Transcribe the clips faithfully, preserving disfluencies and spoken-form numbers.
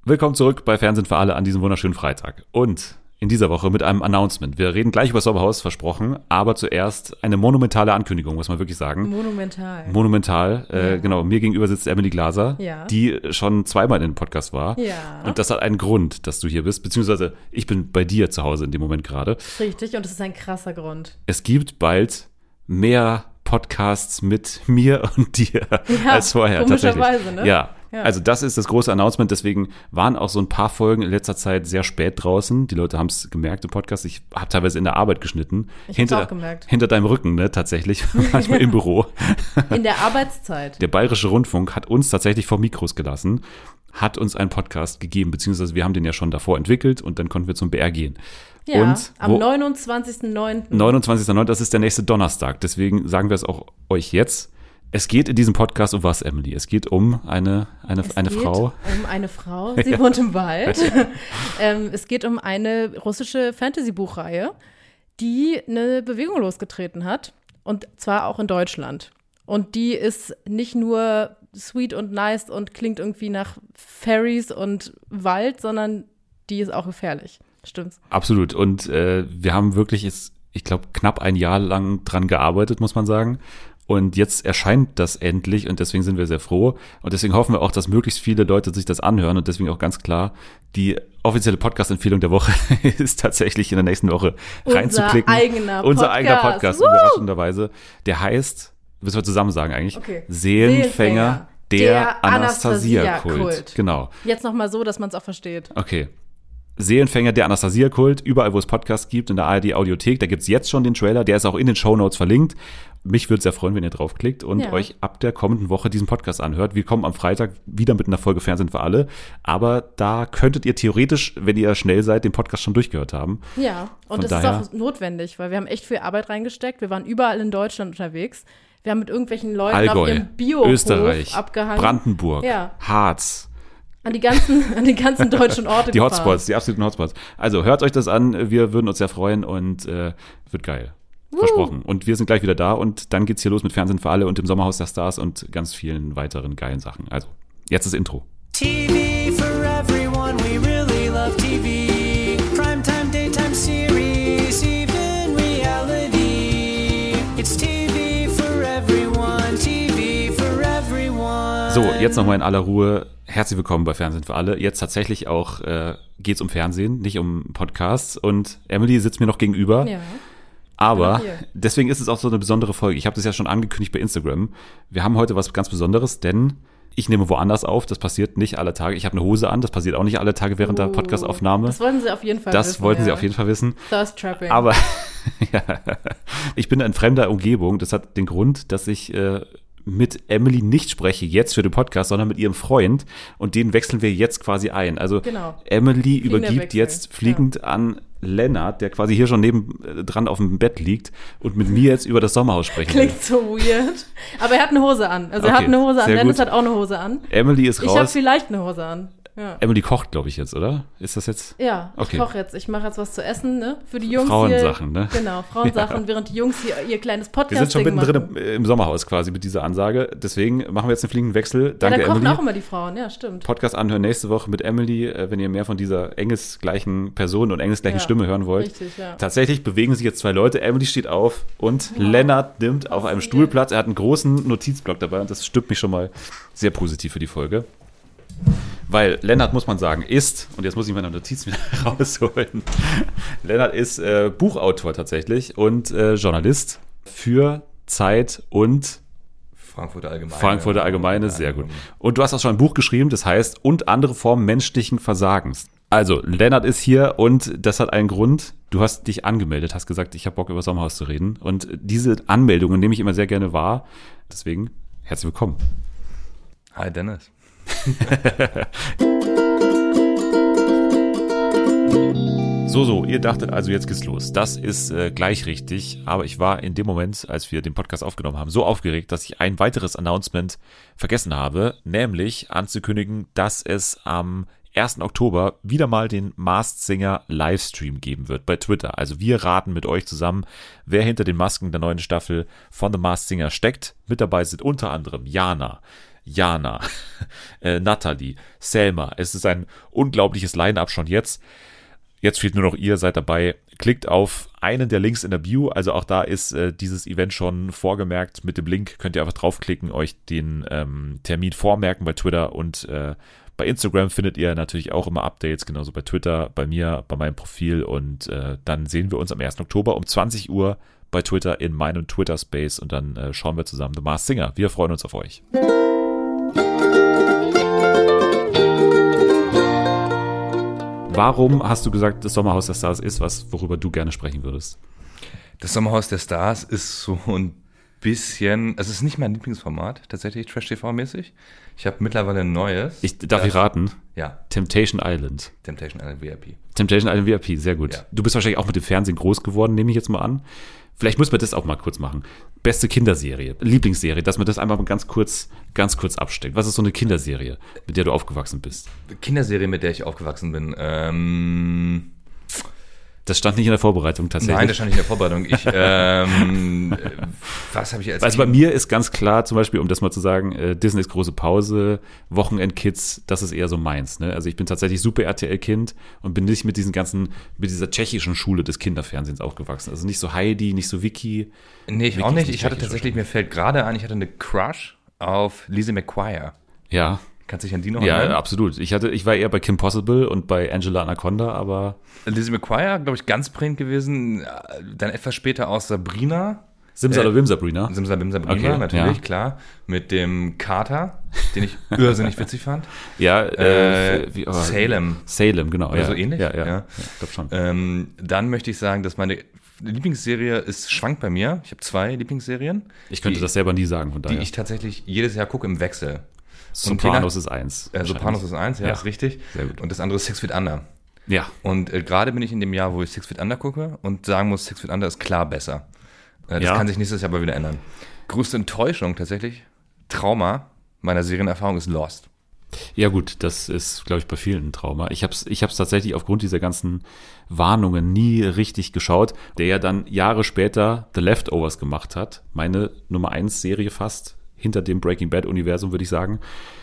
Willkommen zurück bei Fernsehen für alle an diesem wunderschönen Freitag. Und in dieser Woche mit einem Announcement. Wir reden gleich über das Sommerhaus, versprochen, aber zuerst eine monumentale Ankündigung, muss man wirklich sagen. Monumental. Monumental, äh, Ja. Genau. Mir gegenüber sitzt Emily Glaser, Ja. die schon zweimal in dem Podcast war. Ja. Und das hat einen Grund, dass du hier bist, beziehungsweise ich bin bei dir zu Hause in dem Moment gerade. Richtig, und es ist ein krasser Grund. Es gibt bald mehr Podcasts mit mir und dir Ja, als vorher. komischerweise, tatsächlich. ne? Ja. Ja. Also das ist das große Announcement, deswegen waren auch so ein paar Folgen in letzter Zeit sehr spät draußen. Die Leute haben es gemerkt im Podcast. Ich habe teilweise in der Arbeit geschnitten. Ich hinter, hab's auch gemerkt. Hinter deinem Rücken, ne, tatsächlich. Manchmal im Büro. In der Arbeitszeit. Der Bayerische Rundfunk hat uns tatsächlich vor Mikros gelassen, hat uns einen Podcast gegeben, beziehungsweise wir haben den ja schon davor entwickelt und dann konnten wir zum B R gehen. Ja, und am wo- neunundzwanzigsten neunten neunundzwanzigster neunter Das ist der nächste Donnerstag. Deswegen sagen wir es auch euch jetzt. Es geht in diesem Podcast um was, Emily? Es geht um eine, eine, Es eine geht Frau. um eine Frau, sie wohnt im Wald. ähm, es geht um eine russische Fantasy-Buchreihe, die eine Bewegung losgetreten hat. Und zwar auch in Deutschland. Und die ist nicht nur sweet und nice und klingt irgendwie nach Fairies und Wald, sondern die ist auch gefährlich. Stimmt's? Absolut. Und äh, wir haben wirklich, jetzt, ich glaube, knapp ein Jahr lang dran gearbeitet, muss man sagen. Und jetzt erscheint das endlich und deswegen sind wir sehr froh. Und deswegen hoffen wir auch, dass möglichst viele Leute sich das anhören. Und deswegen auch ganz klar, die offizielle Podcast-Empfehlung der Woche ist tatsächlich in der nächsten Woche reinzuklicken. Unser eigener Unser Podcast. eigener Podcast, Woo! überraschenderweise. Der heißt, müssen wir zusammen sagen eigentlich, Okay. Seelenfänger, Seelenfänger, der, der Anastasia-Kult. Anastasia-Kult. Genau. Jetzt noch mal so, dass man es auch versteht. Okay. Seelenfänger, der Anastasia-Kult, überall, wo es Podcasts gibt, in der A R D-Audiothek, da gibt's jetzt schon den Trailer, der ist auch in den Shownotes verlinkt. Mich würde es sehr freuen, wenn ihr draufklickt und Ja. euch ab der kommenden Woche diesen Podcast anhört. Wir kommen am Freitag wieder mit einer Folge Fernsehen für alle, aber da könntet ihr theoretisch, wenn ihr schnell seid, den Podcast schon durchgehört haben. Ja, und Von das daher- ist auch notwendig, weil wir haben echt viel Arbeit reingesteckt. Wir waren überall in Deutschland unterwegs. Wir haben mit irgendwelchen Leuten auf Allgäu, ihrem Biohof Österreich, abgehangen. Brandenburg, Ja. Harz, An die ganzen, an die ganzen deutschen Orte die gefahren. Hotspots, die absoluten Hotspots. Also hört euch das an, wir würden uns sehr freuen und äh, wird geil. Versprochen. Und wir sind gleich wieder da und dann geht's hier los mit Fernsehen für alle und dem Sommerhaus der Stars und ganz vielen weiteren geilen Sachen. Also, jetzt das Intro. T V for everyone, we really love T V. Primetime, daytime series, even reality. It's T V for everyone, T V for everyone. So, jetzt nochmal in aller Ruhe. Herzlich willkommen bei Fernsehen für alle. Jetzt tatsächlich auch äh, geht's um Fernsehen, nicht um Podcasts. Und Emily sitzt mir noch gegenüber. Ja. Aber Hier. deswegen ist es auch so eine besondere Folge. Ich habe das ja schon angekündigt bei Instagram. Wir haben heute was ganz Besonderes, denn ich nehme woanders auf. Das passiert nicht alle Tage. Ich habe eine Hose an. Das passiert auch nicht alle Tage während der Oh, Podcastaufnahme. Das wollten sie auf jeden Fall Das wissen. wollten ja. sie auf jeden Fall wissen. Thirst Trapping. Aber ja, ich bin in fremder Umgebung. Das hat den Grund, dass ich äh, mit Emily nicht spreche jetzt für den Podcast, sondern mit ihrem Freund. Und den wechseln wir jetzt quasi ein. Also Genau. Emily Fliegender übergibt Wechsel. jetzt fliegend an Lennart, der quasi hier schon neben äh, dran auf dem Bett liegt und mit mir jetzt über das Sommerhaus sprechen will. Klingt so weird. Aber er hat eine Hose an. Also er Okay, hat eine Hose an. sehr Dennis gut. hat auch eine Hose an. Emily ist Ich habe raus. vielleicht eine Hose an. Ja. Emily kocht, glaube ich, jetzt, oder? Ist das jetzt? Ja, ich Okay. koche jetzt. Ich mache jetzt was zu essen, ne? Für die Jungs Frauensachen, hier. ne? Genau, Frauensachen, während die Jungs hier ihr kleines Wir Podcast sind schon mittendrin machen. im, im Sommerhaus quasi mit dieser Ansage. Deswegen machen wir jetzt einen fliegenden Wechsel. Ja, Danke, da kochen Emily. auch immer die Frauen, ja, stimmt. Podcast anhören nächste Woche mit Emily, äh, wenn ihr mehr von dieser engelsgleichen Person und engelsgleichen Ja, Stimme hören wollt. richtig, ja. Tatsächlich bewegen sich jetzt zwei Leute. Emily steht auf und Lennart nimmt auf einem Stuhl Platz. Er hat einen großen Notizblock dabei und das stimmt mich schon mal sehr positiv für die Folge. Weil Lennart, muss man sagen, ist, und jetzt muss ich meine Notizen wieder rausholen, Lennart ist äh, Buchautor tatsächlich und äh, Journalist für Zeit und Frankfurter Allgemeine. Frankfurter Allgemeine, sehr gut. Und du hast auch schon ein Buch geschrieben, das heißt Und andere Formen menschlichen Versagens. Also, Lennart ist hier und das hat einen Grund. Du hast dich angemeldet, hast gesagt, ich habe Bock, über Sommerhaus zu reden. Und diese Anmeldungen nehme ich immer sehr gerne wahr. Deswegen, herzlich willkommen. Hi Dennis. So, so, ihr dachtet also, jetzt geht's los. Das ist äh, gleich richtig, aber ich war in dem Moment, als wir den Podcast aufgenommen haben, so aufgeregt, dass ich ein weiteres Announcement vergessen habe, nämlich anzukündigen, dass es am ersten Oktober wieder mal den Masked Singer Livestream geben wird bei Twitter. Also wir raten mit euch zusammen, wer hinter den Masken der neuen Staffel von The Masked Singer steckt. Mit dabei sind unter anderem Jana, Jana, äh, Natalie, Selma. Es ist ein unglaubliches Line-Up schon jetzt. Jetzt fehlt nur noch ihr, seid dabei. Klickt auf einen der Links in der Bio. Also auch da ist äh, dieses Event schon vorgemerkt. Mit dem Link könnt ihr einfach draufklicken, euch den ähm, Termin vormerken bei Twitter. Und äh, bei Instagram findet ihr natürlich auch immer Updates, genauso bei Twitter, bei mir, bei meinem Profil. Und äh, dann sehen wir uns am ersten Oktober um zwanzig Uhr bei Twitter in meinem Twitter-Space. Und dann äh, schauen wir zusammen The Masked Singer. Wir freuen uns auf euch. Warum hast du gesagt, das Sommerhaus der Stars ist was, worüber du gerne sprechen würdest? Das Sommerhaus der Stars ist so ein bisschen, also es ist nicht mein Lieblingsformat, tatsächlich Trash-T V-mäßig. Ich habe mittlerweile ein neues. Ich darf ich raten? Ja. Temptation Island. Temptation Island V I P. Temptation Island V I P, sehr gut. Ja. Du bist wahrscheinlich auch mit dem Fernsehen groß geworden, nehme ich jetzt mal an. Vielleicht müssen wir das auch mal kurz machen. Beste Kinderserie, Lieblingsserie, dass man das einfach mal ganz kurz, ganz kurz absteckt. Was ist so eine Kinderserie, mit der du aufgewachsen bist? Kinderserie, mit der ich aufgewachsen bin. Ähm, Das stand nicht in der Vorbereitung tatsächlich. nein, das stand nicht in der Vorbereitung. Ich, ähm, was habe ich als Also bei mir ist ganz klar, zum Beispiel, um das mal zu sagen, äh, Disneys große Pause, Wochenendkids, das ist eher so meins. Ne? Also ich bin tatsächlich Super R T L-Kind und bin nicht mit diesen ganzen, mit dieser tschechischen Schule des Kinderfernsehens aufgewachsen. Also nicht so Heidi, nicht so Vicky. Nee, ich Vicky auch ist nicht. nicht Ich hatte tschechisch tatsächlich, mir fällt gerade ein, ich hatte eine Crush auf Lizzie McGuire. Ja, Kannst du dich an die noch ja, erinnern? absolut. Ich hatte, ich war eher bei Kim Possible und bei Angela Anaconda, aber Lizzie McGuire, glaube ich, ganz prägend gewesen. Dann etwas später aus Sabrina. Simsalabim Sabrina. Simsalabim Sabrina, Okay, natürlich, ja. klar. Mit dem Kater, den ich irrsinnig witzig fand. Ja, äh, Äh, wie, oh, Salem. Salem, genau. Oder ja. so ähnlich? Ja, ja, Ja. ja. Ich glaube schon. Ähm, dann möchte ich sagen, dass meine Lieblingsserie ist, schwankt bei mir. Ich habe zwei Lieblingsserien. Ich könnte die, das selber nie sagen, von Die daher. ich tatsächlich jedes Jahr gucke im Wechsel. Sopranos ist eins. Äh, Sopranos ist eins, ja, Ja. ist richtig. Sehr gut. Und das andere ist Six Feet Under. Ja. Und äh, gerade bin ich in dem Jahr, wo ich Six Feet Under gucke und sagen muss, Six Feet Under ist klar besser. Äh, das Ja. kann sich nächstes Jahr aber wieder ändern. Größte Enttäuschung tatsächlich, Trauma meiner Serienerfahrung ist Lost. Ja gut, das ist, glaube ich, bei vielen ein Trauma. Ich habe es ich hab's tatsächlich aufgrund dieser ganzen Warnungen nie richtig geschaut, der ja dann Jahre später The Leftovers gemacht hat. Meine Nummer eins Serie fast, hinter dem Breaking Bad-Universum, würde ich sagen.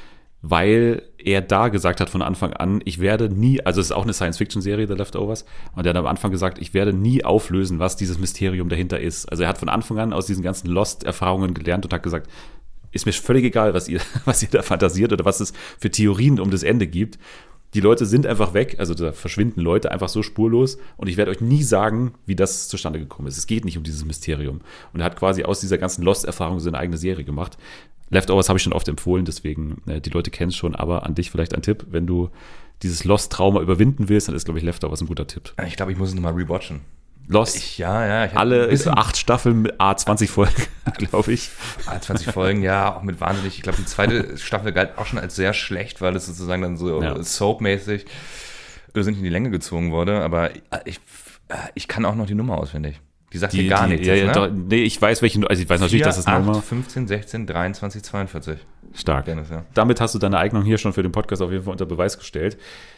Weil er da gesagt hat von Anfang an, ich werde nie, also es ist auch eine Science-Fiction-Serie, The Leftovers, und er hat am Anfang gesagt, ich werde nie auflösen, was dieses Mysterium dahinter ist. Also er hat von Anfang an aus diesen ganzen Lost-Erfahrungen gelernt und hat gesagt, ist mir völlig egal, was ihr, was ihr da fantasiert oder was es für Theorien um das Ende gibt. Die Leute sind einfach weg, also da verschwinden Leute einfach so spurlos und ich werde euch nie sagen, wie das zustande gekommen ist. Es geht nicht um dieses Mysterium. Und er hat quasi aus dieser ganzen Lost-Erfahrung seine eigene Serie gemacht. Leftovers habe ich schon oft empfohlen, deswegen, äh, die Leute kennen es schon, aber an dich vielleicht ein Tipp, wenn du dieses Lost-Trauma überwinden willst, dann ist, glaube ich, Leftovers ein guter Tipp. Ich glaube, ich muss es nochmal rewatchen. Lost, Ich, ja, ja. Ich hab alle ein bisschen- acht Staffeln mit A zwanzig Folgen, glaube ich. Ah, zwanzig Folgen, ja, auch mit wahnsinnig. Ich glaube, die zweite Staffel galt auch schon als sehr schlecht, weil es sozusagen dann so Ja. soapmäßig sind in die Länge gezogen wurde. Aber ich, ich kann auch noch die Nummer auswendig. Die sagt Die, mir gar die, nichts. ja, jetzt, ja, ne? doch, nee, ich weiß welchen, also ich weiß natürlich, dass es eine Nummer fünfzehn, sechzehn, dreiundzwanzig, zweiundvierzig. stark. Dennis, ja. Damit hast du deine Eignung hier schon für den Podcast auf jeden Fall unter Beweis gestellt.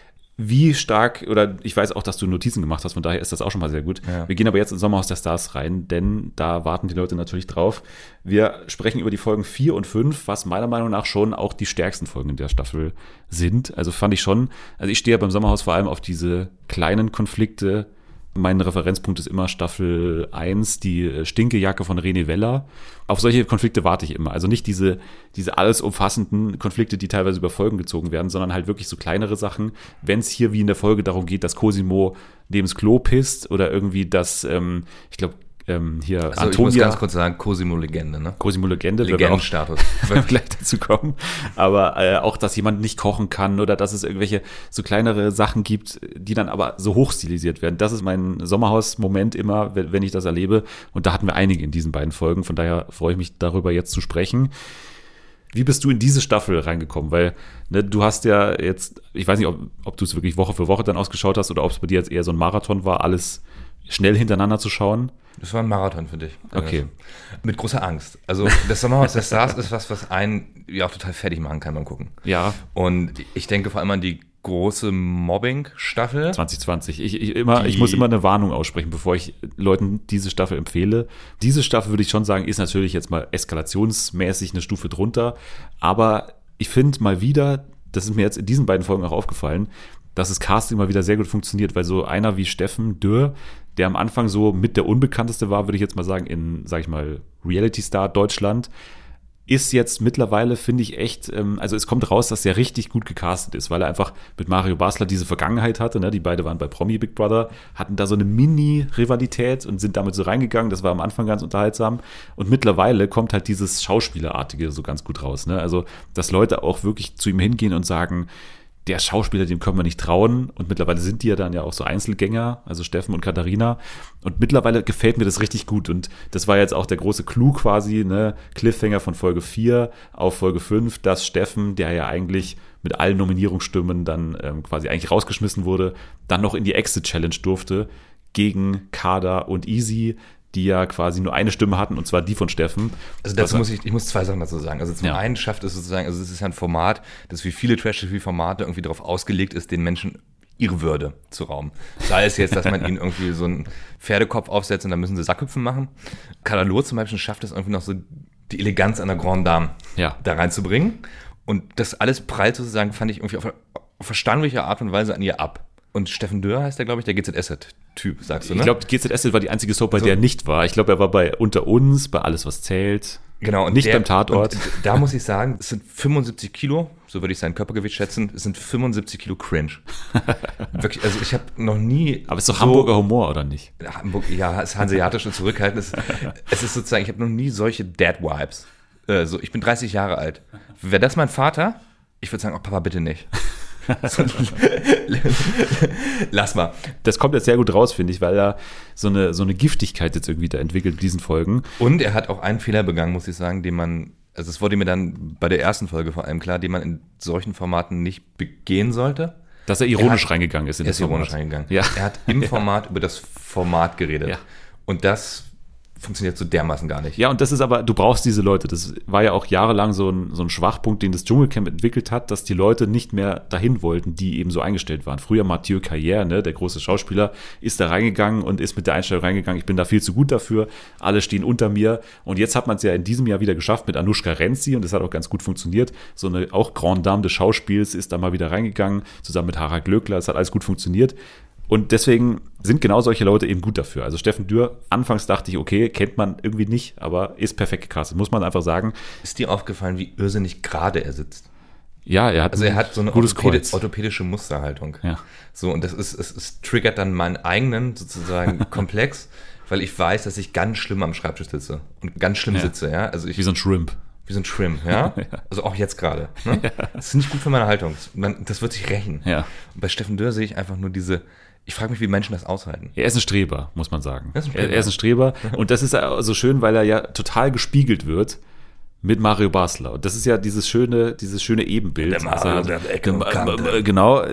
Wie stark, oder ich weiß auch, dass du Notizen gemacht hast, von daher ist das auch schon mal sehr gut. Ja. Wir gehen aber jetzt ins Sommerhaus der Stars rein, denn da warten die Leute natürlich drauf. Wir sprechen über die Folgen vier und fünf, was meiner Meinung nach schon auch die stärksten Folgen in der Staffel sind. Also fand ich schon, also ich stehe ja beim Sommerhaus vor allem auf diese kleinen Konflikte. Mein Referenzpunkt ist immer Staffel eins, die Stinkejacke von René Weller. Auf solche Konflikte warte ich immer. Also nicht diese, diese alles umfassenden Konflikte, die teilweise über Folgen gezogen werden, sondern halt wirklich so kleinere Sachen. Wenn es hier wie in der Folge darum geht, dass Cosimo neben's Klo pisst oder irgendwie, dass, ähm, ich glaube, ähm, hier Also ich muss Antonia, ganz kurz sagen, Cosimo Legende, ne? Cosimo Legende, wir werden auch Legendenstatus. wenn wir gleich dazu kommen. Aber äh, auch, dass jemand nicht kochen kann oder dass es irgendwelche so kleinere Sachen gibt, die dann aber so hochstilisiert werden. Das ist mein Sommerhaus-Moment immer, wenn, wenn ich das erlebe. Und da hatten wir einige in diesen beiden Folgen. Von daher freue ich mich darüber jetzt zu sprechen. Wie bist du in diese Staffel reingekommen? Weil ne, du hast ja jetzt, ich weiß nicht, ob, ob du es wirklich Woche für Woche dann ausgeschaut hast oder ob es bei dir jetzt eher so ein Marathon war, alles schnell hintereinander zu schauen. Das war ein Marathon für dich. Okay. Mit großer Angst. Also das Sommerhaus der Stars ist was, was einen ja auch total fertig machen kann beim Gucken. Ja, Und ich denke vor allem an die große Mobbing-Staffel. zwanzig zwanzig. Ich, ich, immer, Die- ich muss immer eine Warnung aussprechen, bevor ich Leuten diese Staffel empfehle. Diese Staffel, würde ich schon sagen, ist natürlich jetzt mal eskalationsmäßig eine Stufe drunter, aber ich finde mal wieder, das ist mir jetzt in diesen beiden Folgen auch aufgefallen, dass das Casting mal wieder sehr gut funktioniert, weil so einer wie Steffen Dürr, der am Anfang so mit der unbekannteste war, würde ich jetzt mal sagen, in, sag ich mal, Reality Star Deutschland, ist jetzt mittlerweile, finde ich echt, ähm, also es kommt raus, dass der richtig gut gecastet ist, weil er einfach mit Mario Basler diese Vergangenheit hatte, ne? Die beide waren bei Promi Big Brother, hatten da so eine Mini-Rivalität und sind damit so reingegangen, das war am Anfang ganz unterhaltsam und mittlerweile kommt halt dieses Schauspielerartige so ganz gut raus, ne? Also, dass Leute auch wirklich zu ihm hingehen und sagen, der Schauspieler, dem können wir nicht trauen. Und mittlerweile sind die ja dann ja auch so Einzelgänger, also Steffen und Katharina. Und mittlerweile gefällt mir das richtig gut. Und das war jetzt auch der große Clou quasi, ne? Cliffhanger von Folge vier auf Folge fünf, dass Steffen, der ja eigentlich mit allen Nominierungsstimmen dann ähm, quasi eigentlich rausgeschmissen wurde, dann noch in die Exit-Challenge durfte gegen Kader und Easy, die ja quasi nur eine Stimme hatten, und zwar die von Steffen. Also dazu muss ich, ich muss zwei Sachen dazu sagen. Also zum Ja. einen schafft es sozusagen, also es ist ja ein Format, das wie viele Trash-T V-Formate irgendwie darauf ausgelegt ist, den Menschen ihre Würde zu rauben. Sei es jetzt, dass man ihnen irgendwie so einen Pferdekopf aufsetzt und dann müssen sie Sackhüpfen machen. Kadalur zum Beispiel schafft es irgendwie noch so die Eleganz einer Grande Dame Ja. da reinzubringen. Und das alles prallt sozusagen, fand ich irgendwie auf, auf verstandliche Art und Weise an ihr ab. Und Steffen Dürr heißt der, glaube ich, der G Z S-Typ, sagst du, ne? Ich glaube, G Z S war die einzige Soap, bei So. der er nicht war. Ich glaube, er war bei Unter uns, bei Alles, was zählt. Genau, und Nicht der, beim Tatort. Und da muss ich sagen, es sind fünfundsiebzig Kilo, so würde ich sein Körpergewicht schätzen, es sind fünfundsiebzig Kilo Cringe. Wirklich, also ich habe noch nie. Aber es ist doch so, Hamburger Humor, oder nicht? Hamburg, ja, es ist hanseatisch und zurückhaltend. Es, es ist sozusagen, ich habe noch nie solche Dad-Vibes. Äh, so, ich bin dreißig Jahre alt. Wäre das mein Vater? Ich würde sagen, oh Papa, bitte nicht. Lass mal. Das kommt jetzt sehr gut raus, finde ich, weil er so eine, so eine Giftigkeit jetzt irgendwie da entwickelt in diesen Folgen. Und er hat auch einen Fehler begangen, muss ich sagen, den man, also es wurde mir dann bei der ersten Folge vor allem klar, den man in solchen Formaten nicht begehen sollte. Dass er ironisch Er hat- reingegangen ist in Er das ist ironisch Format. reingegangen. Ja. Er hat im Format über das Format geredet. Ja. Und das funktioniert so dermaßen gar nicht. Ja, und das ist aber, du brauchst diese Leute. Das war ja auch jahrelang so ein, so ein Schwachpunkt, den das Dschungelcamp entwickelt hat, dass die Leute nicht mehr dahin wollten, die eben so eingestellt waren. Früher Mathieu Carrière, ne, der große Schauspieler, ist da reingegangen und ist mit der Einstellung reingegangen, ich bin da viel zu gut dafür, alle stehen unter mir. Und jetzt hat man es ja in diesem Jahr wieder geschafft mit Anushka Renzi, und das hat auch ganz gut funktioniert. So eine auch Grande Dame des Schauspiels ist da mal wieder reingegangen, zusammen mit Harald Glöckler, das hat alles gut funktioniert. Und deswegen sind genau solche Leute eben gut dafür. Also Steffen Dürr, anfangs dachte ich, okay, kennt man irgendwie nicht, aber ist perfekt gecastet, muss man einfach sagen. Ist dir aufgefallen, wie irrsinnig gerade er sitzt? Ja, er hat, Also er hat so eine gutes orthopädi- Kreuz. orthopädische Musterhaltung. Ja. So, und das ist, es, es triggert dann meinen eigenen sozusagen Komplex, weil ich weiß, dass ich ganz schlimm am Schreibtisch sitze und ganz schlimm Ja. sitze, ja. Also ich, Wie so ein Shrimp. wie so ein Shrimp, ja. Also auch jetzt gerade. Ne? Das ist nicht gut für meine Haltung. Man, das wird sich rächen. Ja. Und bei Steffen Dürr sehe ich einfach nur diese, ich frage mich, wie Menschen das aushalten. Er ist ein Streber, muss man sagen. Er ist ein Er, Streber. er ist ein Streber. Und das ist so schön, weil er ja total gespiegelt wird mit Mario Basler. Und das ist ja dieses schöne, dieses schöne Ebenbild. Der Mario, was er hat. der Ecke und Kante. Genau.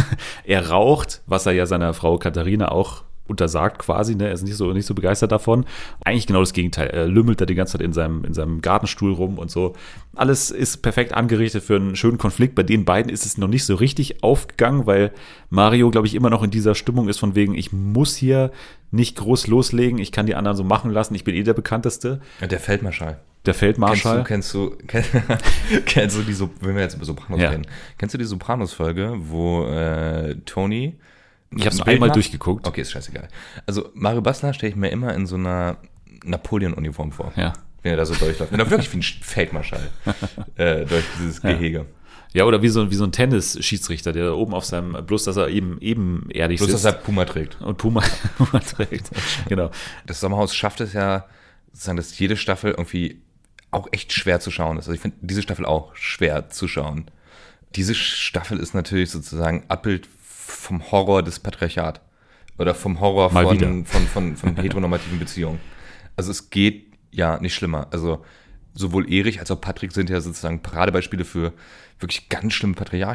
Er raucht, was er ja seiner Frau Katharina auch untersagt quasi, ne? Er ist nicht so, nicht so begeistert davon. Eigentlich genau das Gegenteil. Er lümmelt da die ganze Zeit in seinem, in seinem Gartenstuhl rum und so. Alles ist perfekt angerichtet für einen schönen Konflikt. Bei den beiden ist es noch nicht so richtig aufgegangen, weil Mario, glaube ich, immer noch in dieser Stimmung ist von wegen, ich muss hier nicht groß loslegen, ich kann die anderen so machen lassen, ich bin eh der Bekannteste. Ja, der Feldmarschall. Der Feldmarschall. Kennst du, kennst du, kenn, kennst du die, so- wenn wir jetzt über Sopranos Ja. reden, kennst du die Sopranos-Folge, wo äh, Tony Ich habe es ein Bild einmal macht? durchgeguckt. Okay, ist scheißegal. Also Mario Basler stelle ich mir immer in so einer Napoleon-Uniform vor, Ja. wenn er da so durchläuft. Wenn er wirklich wie ein Feldmarschall äh, durch dieses Gehege. Ja, oder wie so, wie so ein Tennisschiedsrichter, der da oben auf seinem, bloß dass er eben ebenerdig Bloß, dass sitzt er Puma trägt. und Puma, Puma trägt. Genau. Das Sommerhaus schafft es ja, sozusagen, dass jede Staffel irgendwie auch echt schwer zu schauen ist. Also ich finde diese Staffel auch schwer zu schauen. Diese Staffel ist natürlich sozusagen Abbild vom Horror des Patriarchat oder vom Horror Mal von, wieder. von, von, von, von heteronormativen Beziehungen. Also es geht ja nicht schlimmer. Also sowohl Erich als auch Patrick sind ja sozusagen Paradebeispiele für wirklich ganz schlimme Patriarchen.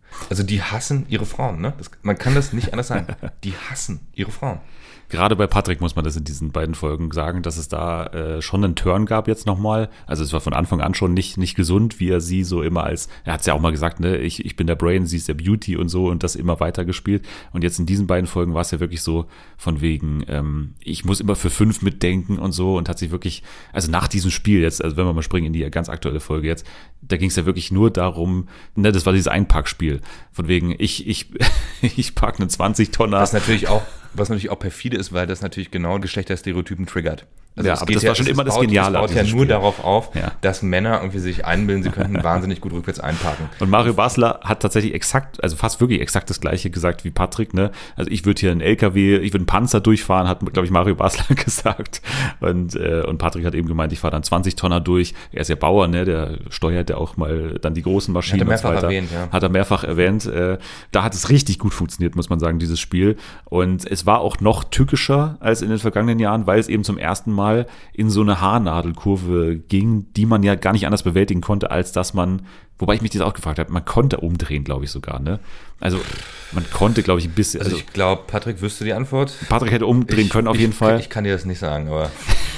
Also die hassen ihre Frauen, ne? Das, man kann das nicht anders sagen. Die hassen ihre Frauen. Gerade bei Patrick muss man das in diesen beiden Folgen sagen, dass es da äh, schon einen Turn gab jetzt nochmal. Also es war von Anfang an schon nicht, nicht gesund, wie er sie so immer als, er hat es ja auch mal gesagt, ne, ich, ich bin der Brain, sie ist der Beauty und so und das immer weiter gespielt. Und jetzt in diesen beiden Folgen war es ja wirklich so von wegen, ähm, ich muss immer für fünf mitdenken und so und hat sich wirklich, also nach diesem Spiel jetzt, also wenn wir mal springen in die ganz aktuelle Folge jetzt, da ging es ja wirklich nur darum, ne, das war dieses Einpackspiel. Von wegen, ich, ich, ich pack einen zwanzig-Tonner. Was natürlich auch, was natürlich auch perfide ist, weil das natürlich genau Geschlechterstereotypen triggert. Also ja, es aber geht das ja, war schon es immer das baut, Geniale Es baut an ja diesem nur Spiel. darauf auf, Ja. dass Männer irgendwie sich einbilden, sie könnten wahnsinnig gut rückwärts einparken. Und Mario Basler hat tatsächlich exakt, also fast wirklich exakt das Gleiche gesagt wie Patrick, ne? Also ich würde hier einen L K W, ich würde einen Panzer durchfahren, hat, glaube ich, Mario Basler gesagt. Und, äh, und Patrick hat eben gemeint, ich fahre dann zwanzig Tonner durch. Er ist ja Bauer, ne? Der steuert ja auch mal dann die großen Maschinen. Hat er mehrfach und so weiter. erwähnt, ja. Hat er mehrfach erwähnt. Äh, da hat es richtig gut funktioniert, muss man sagen, dieses Spiel. Und es war auch noch tückischer als in den vergangenen Jahren, weil es eben zum ersten Mal in so eine Haarnadelkurve ging, die man ja gar nicht anders bewältigen konnte, als dass man, wobei ich mich das auch gefragt habe, man konnte umdrehen, glaube ich sogar, ne? Also man konnte, glaube ich, ein bisschen, Also also, ich glaube, Patrick wüsste die Antwort. Patrick hätte umdrehen Ich- können auf ich, jeden Fall. Ich kann dir das nicht sagen, aber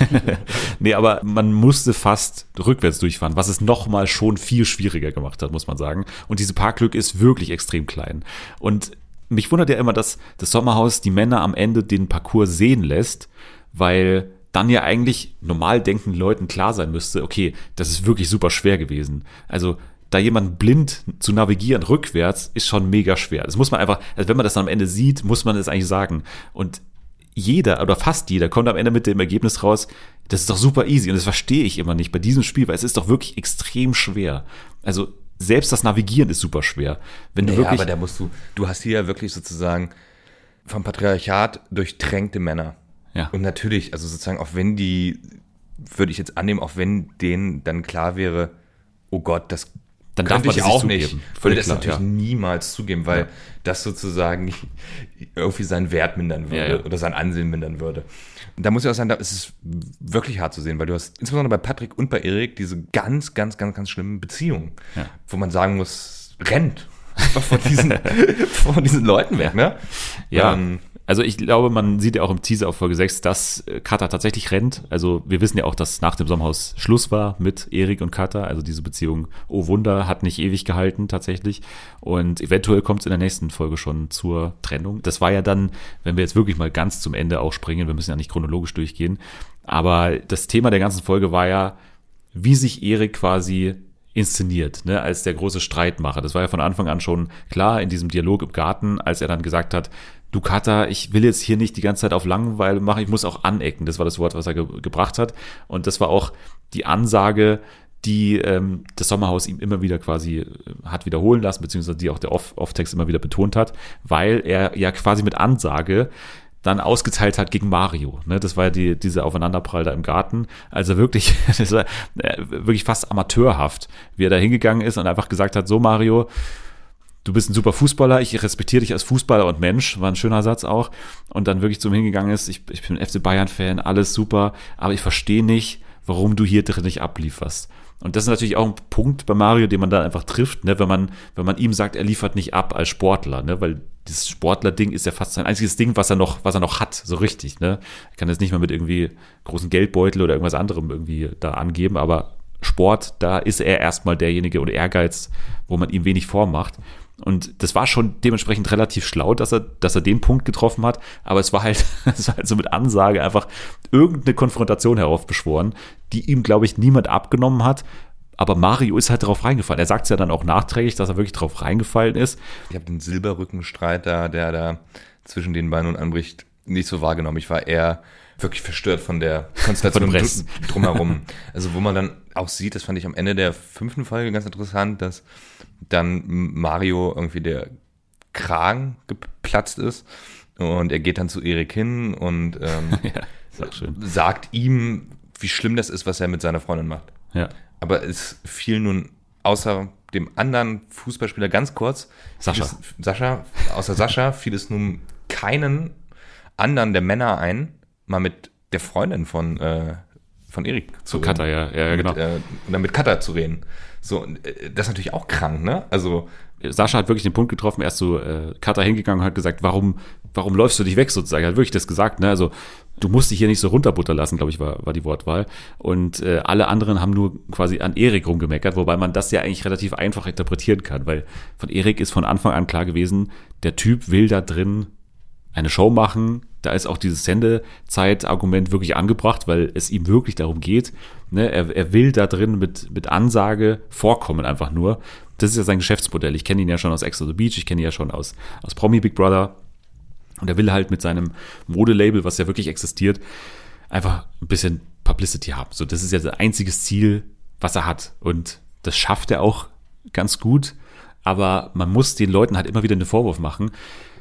Nee, aber man musste fast rückwärts durchfahren, was es nochmal schon viel schwieriger gemacht hat, muss man sagen. Und diese Parklücke ist wirklich extrem klein. Und mich wundert ja immer, dass das Sommerhaus die Männer am Ende den Parcours sehen lässt, weil dann ja eigentlich normal denkenden Leuten klar sein müsste, okay, das ist wirklich super schwer gewesen. Also da jemand blind zu navigieren rückwärts ist schon mega schwer. Das muss man einfach, also wenn man das dann am Ende sieht, muss man es eigentlich sagen. Und jeder oder fast jeder kommt am Ende mit dem Ergebnis raus, das ist doch super easy und das verstehe ich immer nicht bei diesem Spiel, weil es ist doch wirklich extrem schwer. Also selbst das Navigieren ist super schwer. Wenn du ja, wirklich, aber da musst du, du hast hier ja wirklich sozusagen vom Patriarchat durchtränkte Männer. ja. Und natürlich, also sozusagen, auch wenn die, würde ich jetzt annehmen, auch wenn denen dann klar wäre, oh Gott, das Dann darf könnte man ich das nicht auch nicht. zugeben. Würde Völlig das klar, natürlich ja. niemals zugeben, weil Ja. das sozusagen irgendwie seinen Wert mindern würde Ja, ja. oder sein Ansehen mindern würde. Und da muss ich auch sagen, da ist es wirklich hart zu sehen, weil du hast insbesondere bei Patrick und bei Erik diese ganz, ganz, ganz, ganz schlimmen Beziehungen, Ja. wo man sagen muss, rennt einfach von diesen, von diesen Leuten weg, ne? Ja, Ähm, also ich glaube, man sieht ja auch im Teaser auf Folge sechs, dass äh, Kata tatsächlich rennt. Also wir wissen ja auch, dass nach dem Sommerhaus Schluss war mit Erik und Kata. Also diese Beziehung, oh Wunder, hat nicht ewig gehalten tatsächlich. Und eventuell kommt es in der nächsten Folge schon zur Trennung. Das war ja dann, wenn wir jetzt wirklich mal ganz zum Ende auch springen, wir müssen ja nicht chronologisch durchgehen. Aber das Thema der ganzen Folge war ja, wie sich Erik quasi inszeniert, ne, als der große Streitmacher. Das war ja von Anfang an schon klar in diesem Dialog im Garten, als er dann gesagt hat, du Kata, ich will jetzt hier nicht die ganze Zeit auf Langeweile machen, ich muss auch anecken. Das war das Wort, was er ge- gebracht hat. Und das war auch die Ansage, die ähm, das Sommerhaus ihm immer wieder quasi äh, hat wiederholen lassen, beziehungsweise die auch der Off- Off-Text immer wieder betont hat, weil er ja quasi mit Ansage dann ausgeteilt hat gegen Mario. Ne? Das war ja die, diese Aufeinanderprall da im Garten. Also wirklich, das war äh, wirklich fast amateurhaft, wie er da hingegangen ist und einfach gesagt hat, so Mario, du bist ein super Fußballer, ich respektiere dich als Fußballer und Mensch, war ein schöner Satz auch. Und dann wirklich zum hingegangen ist, ich, ich bin F C Bayern-Fan, alles super, aber ich verstehe nicht, warum du hier drin nicht ablieferst. Und das ist natürlich auch ein Punkt bei Mario, den man dann einfach trifft, ne, wenn man, wenn man ihm sagt, er liefert nicht ab als Sportler, ne, weil dieses Sportler-Ding ist ja fast sein einziges Ding, was er noch, was er noch hat, so richtig, ne. Er kann jetzt nicht mal mit irgendwie großen Geldbeutel oder irgendwas anderem irgendwie da angeben, aber Sport, da ist er erstmal derjenige oder Ehrgeiz, wo man ihm wenig vormacht. Und das war schon dementsprechend relativ schlau, dass er, dass er den Punkt getroffen hat. Aber es war halt, es war halt so mit Ansage einfach irgendeine Konfrontation heraufbeschworen, die ihm, glaube ich, niemand abgenommen hat. Aber Mario ist halt drauf reingefallen. Er sagt es ja dann auch nachträglich, dass er wirklich drauf reingefallen ist. Ich habe den Silberrückenstreit da, der da zwischen den beiden und anbricht, nicht so wahrgenommen. Ich war eher wirklich verstört von der Konstellation Von dem Rest. dr- drumherum. Also wo man dann auch sieht, das fand ich am Ende der fünften Folge ganz interessant, dass dann Mario irgendwie der Kragen geplatzt ist und er geht dann zu Erik hin und ähm, Ja, ist auch schön. sagt ihm, wie schlimm das ist, was er mit seiner Freundin macht. Ja. Aber es fiel nun außer dem anderen Fußballspieler ganz kurz, Sascha. fiel es, Sascha, außer Sascha fiel es nun keinen anderen der Männer ein, mal mit der Freundin von äh, von Erik zu Zu reden. Katha, ja, ja, genau. Mit, äh, und dann mit Katha zu reden. So, und, äh, das ist natürlich auch krank, ne? Also, Sascha hat wirklich den Punkt getroffen, er ist zu äh, Katha hingegangen und hat gesagt, warum, warum läufst du dich weg sozusagen? Er hat wirklich das gesagt, ne? Also du musst dich hier nicht so runterbuttern lassen, glaube ich, war, war die Wortwahl. Und äh, alle anderen haben nur quasi an Erik rumgemeckert, wobei man das ja eigentlich relativ einfach interpretieren kann, weil von Erik ist von Anfang an klar gewesen, der Typ will da drin eine Show machen. Da ist auch dieses Sendezeit-Argument wirklich angebracht, weil es ihm wirklich darum geht. Ne? Er, er will da drin mit, mit Ansage vorkommen einfach nur. Das ist ja sein Geschäftsmodell. Ich kenne ihn ja schon aus Ex on the Beach, ich kenne ihn ja schon aus, aus Promi Big Brother. Und er will halt mit seinem Modelabel, was ja wirklich existiert, einfach ein bisschen Publicity haben. So, das ist ja das einzige Ziel, was er hat. Und das schafft er auch ganz gut. Aber man muss den Leuten halt immer wieder einen Vorwurf machen.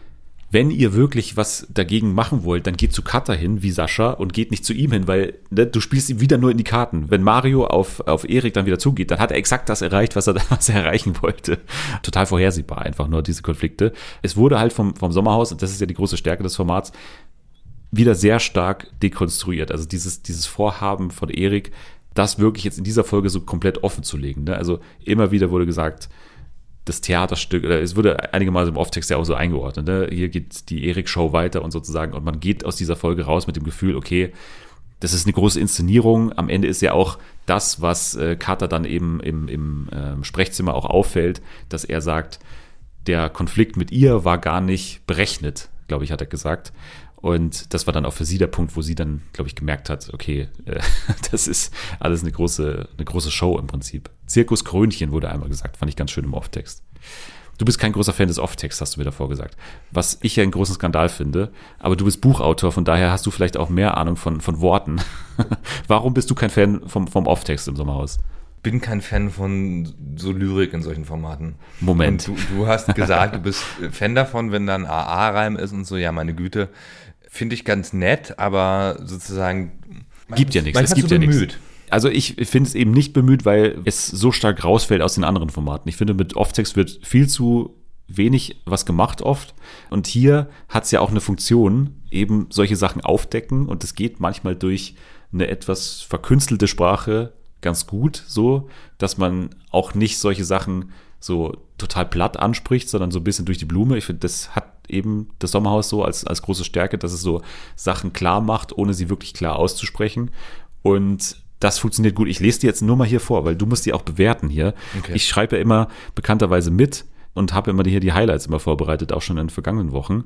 Wenn ihr wirklich was dagegen machen wollt, dann geht zu Katha hin, wie Sascha, und geht nicht zu ihm hin, weil ne, du spielst ihm wieder nur in die Karten. Wenn Mario auf, auf Erik dann wieder zugeht, dann hat er exakt das erreicht, was er, was er erreichen wollte. Total vorhersehbar einfach nur, diese Konflikte. Es wurde halt vom, vom Sommerhaus, und das ist ja die große Stärke des Formats, wieder sehr stark dekonstruiert. Also dieses, dieses Vorhaben von Erik, das wirklich jetzt in dieser Folge so komplett offen zu legen. Ne? Also immer wieder wurde gesagt, das Theaterstück, oder es wurde einigermaßen im Off-Text ja auch so eingeordnet, ne? Hier geht die Erik-Show weiter und sozusagen, und man geht aus dieser Folge raus mit dem Gefühl, okay, das ist eine große Inszenierung, am Ende ist ja auch das, was äh, Katha dann eben im, im äh, Sprechzimmer auch auffällt, dass er sagt, der Konflikt mit ihr war gar nicht berechnet, glaube ich, hat er gesagt. Und das war dann auch für sie der Punkt, wo sie dann, glaube ich, gemerkt hat, okay, äh, das ist alles eine große, eine große Show im Prinzip. Zirkus Krönchen wurde einmal gesagt, fand ich ganz schön im Off-Text. Du bist kein großer Fan des Off-Texts, hast du mir davor gesagt. Was ich ja einen großen Skandal finde, aber du bist Buchautor, von daher hast du vielleicht auch mehr Ahnung von, von Worten. Warum bist du kein Fan vom, vom Off-Text im Sommerhaus? bin kein Fan von so Lyrik in solchen Formaten. Moment. Und du, du hast gesagt, du bist Fan davon, wenn da ein A A-Reim ist und so, ja, meine Güte. Finde ich ganz nett, aber sozusagen... Gibt ja nichts, es gibt so ja bemüht. nichts. Also ich finde es eben nicht bemüht, weil es so stark rausfällt aus den anderen Formaten. Ich finde, mit Off-Text wird viel zu wenig was gemacht oft. Und hier hat es ja auch eine Funktion, eben solche Sachen aufdecken. Und es geht manchmal durch eine etwas verkünstelte Sprache ganz gut so, dass man auch nicht solche Sachen so total platt anspricht, sondern so ein bisschen durch die Blume. Ich finde, das hat eben das Sommerhaus so als, als große Stärke, dass es so Sachen klar macht, ohne sie wirklich klar auszusprechen. Und das funktioniert gut. Ich lese dir jetzt nur mal hier vor, weil du musst die auch bewerten hier. Okay. Ich schreibe ja immer bekannterweise mit und habe immer hier die Highlights immer vorbereitet, auch schon in den vergangenen Wochen.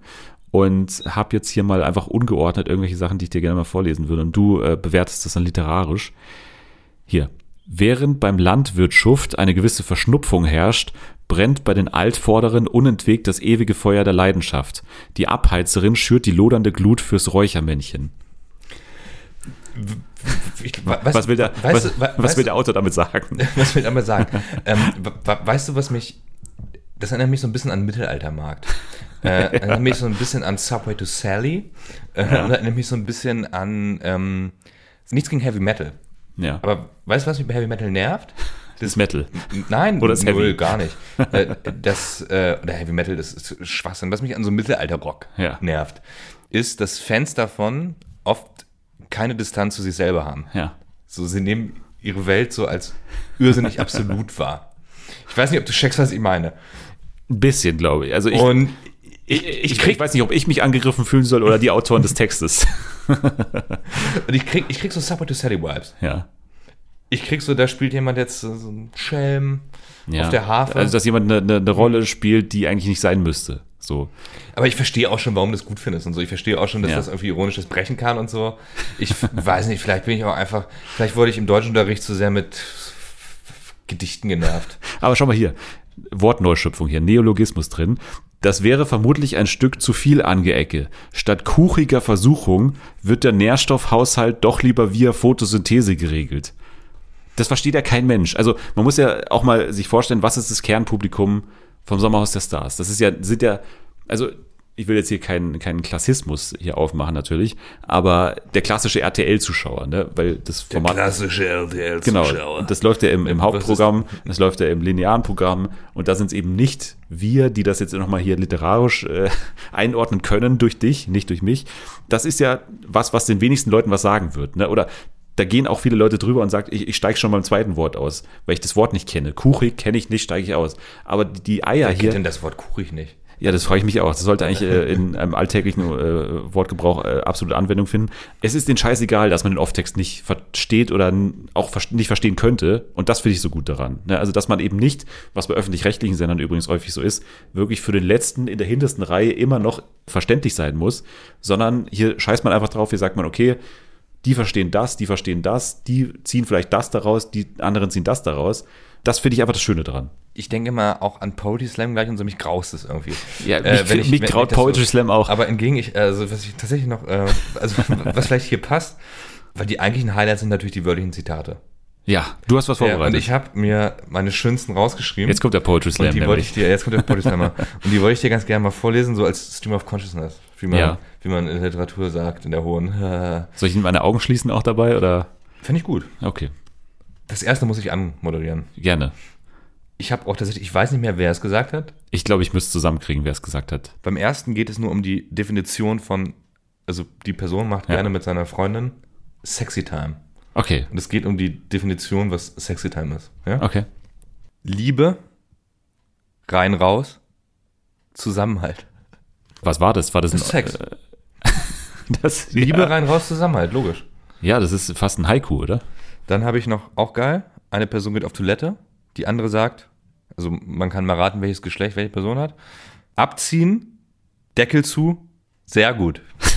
Und habe jetzt hier mal einfach ungeordnet irgendwelche Sachen, die ich dir gerne mal vorlesen würde. Und du äh, bewertest das dann literarisch. Hier. Während beim Landwirt Schuft eine gewisse Verschnupfung herrscht, brennt bei den Altvorderen unentwegt das ewige Feuer der Leidenschaft. Die Abheizerin schürt die lodernde Glut fürs Räuchermännchen. Ich, Was, was, will, der, weißt, was, du, was will der Autor damit sagen? Was will er damit sagen? ähm, weißt du, was mich, das erinnert mich so ein bisschen an Mittelaltermarkt. Äh, erinnert mich so ein bisschen an Subway to Sally. Äh, Ja. Erinnert mich so ein bisschen an, ähm, nichts gegen Heavy Metal. Ja, Aber weißt du, was mich bei Heavy Metal nervt? das ist Metal. Nein, Oder ist null, Heavy? gar nicht. Äh, das, äh, oder Heavy Metal, das ist Schwachsinn. Was mich an so Mittelalter-Rock Ja. nervt, ist, dass Fans davon oft keine Distanz zu sich selber haben. Ja. So, sie nehmen ihre Welt so als irrsinnig absolut wahr. Ich weiß nicht, ob du checkst, was ich meine. Ein bisschen, glaube ich. Also ich, Und ich, ich, ich, ich weiß nicht, ob ich mich angegriffen fühlen soll oder die Autoren des Textes. Und ich krieg, ich krieg so Subway to Sally Vibes. Ja. Ich krieg so, da spielt jemand jetzt so so einen Schelm Ja. auf der Harfe. Also, dass jemand eine, eine, eine Rolle spielt, die eigentlich nicht sein müsste. So. Aber ich verstehe auch schon, warum du das gut findest und so. Ich verstehe auch schon, dass Ja. das irgendwie ironisch das brechen kann und so. Ich weiß nicht, vielleicht bin ich auch einfach, vielleicht wurde ich im Deutschunterricht zu sehr mit Gedichten genervt. Aber schau mal hier. Wortneuschöpfung hier, Neologismus drin. Das wäre vermutlich ein Stück zu viel Angeecke. Statt kuchiger Versuchung wird der Nährstoffhaushalt doch lieber via Photosynthese geregelt. Das versteht ja kein Mensch. Also man muss ja auch mal sich vorstellen, was ist das Kernpublikum vom Sommerhaus der Stars? Das ist ja, sind ja, also ich will jetzt hier keinen, keinen Klassismus hier aufmachen natürlich, aber der klassische R T L-Zuschauer, ne? Weil das Format... klassische R T L-Zuschauer. Genau, und das läuft ja im, im Was Hauptprogramm, das läuft ja im linearen Programm und da sind es eben nicht wir, die das jetzt nochmal hier literarisch äh, einordnen können durch dich, nicht durch mich. Das ist ja was, was den wenigsten Leuten was sagen wird, ne? Oder da gehen auch viele Leute drüber und sagen, ich, ich steige schon beim zweiten Wort aus, weil ich das Wort nicht kenne. Kuchig kenne ich nicht, steige ich aus. Aber die, die Eier Wer hier... kennt denn das Wort Kuchig nicht? Ja, das frage ich mich auch. Das sollte eigentlich äh, in einem alltäglichen äh, Wortgebrauch äh, absolute Anwendung finden. Es ist den Scheißegal, dass man den Off-Text nicht versteht oder n- auch ver- nicht verstehen könnte. Und das finde ich so gut daran. Ne? Also, dass man eben nicht, was bei öffentlich-rechtlichen Sendern übrigens häufig so ist, wirklich für den Letzten in der hintersten Reihe immer noch verständlich sein muss, sondern hier scheißt man einfach drauf, hier sagt man, okay, die verstehen das, die verstehen das, die ziehen vielleicht das daraus, die anderen ziehen das daraus. Das finde ich einfach das Schöne daran. Ich denke immer auch an Poetry Slam gleich und so, mich graust es irgendwie. Ja, mich, Äh, wenn ich- mich wenn- graut wenn ich das Poetry Slam auch. Aber entgegen ich, also was ich tatsächlich noch, äh, also was vielleicht hier passt, weil die eigentlichen Highlights sind natürlich die wörtlichen Zitate. Ja, du hast was Ja, vorbereitet. und ich habe mir meine schönsten rausgeschrieben. Jetzt kommt der Poetry Slam. und die wollte ich dir, jetzt kommt der Poetry Slammer. Und die wollte ich dir ganz gerne mal vorlesen, so als Stream of Consciousness, wie man, Ja. wie man in der Literatur sagt, in der hohen. Äh, Soll ich meine Augen schließen auch dabei oder? Fände ich gut. Okay, Das erste muss ich anmoderieren. gerne. Ich habe auch tatsächlich, ich weiß nicht mehr, wer es gesagt hat. Ich glaube, ich müsste zusammenkriegen, wer es gesagt hat. Beim ersten geht es nur um die Definition von, also die Person macht Ja. gerne mit seiner Freundin Sexy Time. Okay, Und es geht um die Definition, was Sexy Time ist. Ja? okay. Liebe, rein raus, Zusammenhalt. Was war das? War das ein Sex. Äh, das, Liebe, ja. rein raus, Zusammenhalt, logisch. Ja, das ist fast ein Haiku, oder? Dann habe ich noch, auch geil, eine Person geht auf Toilette, die andere sagt, also man kann mal raten, welches Geschlecht welche Person hat. Abziehen, Deckel zu, sehr gut.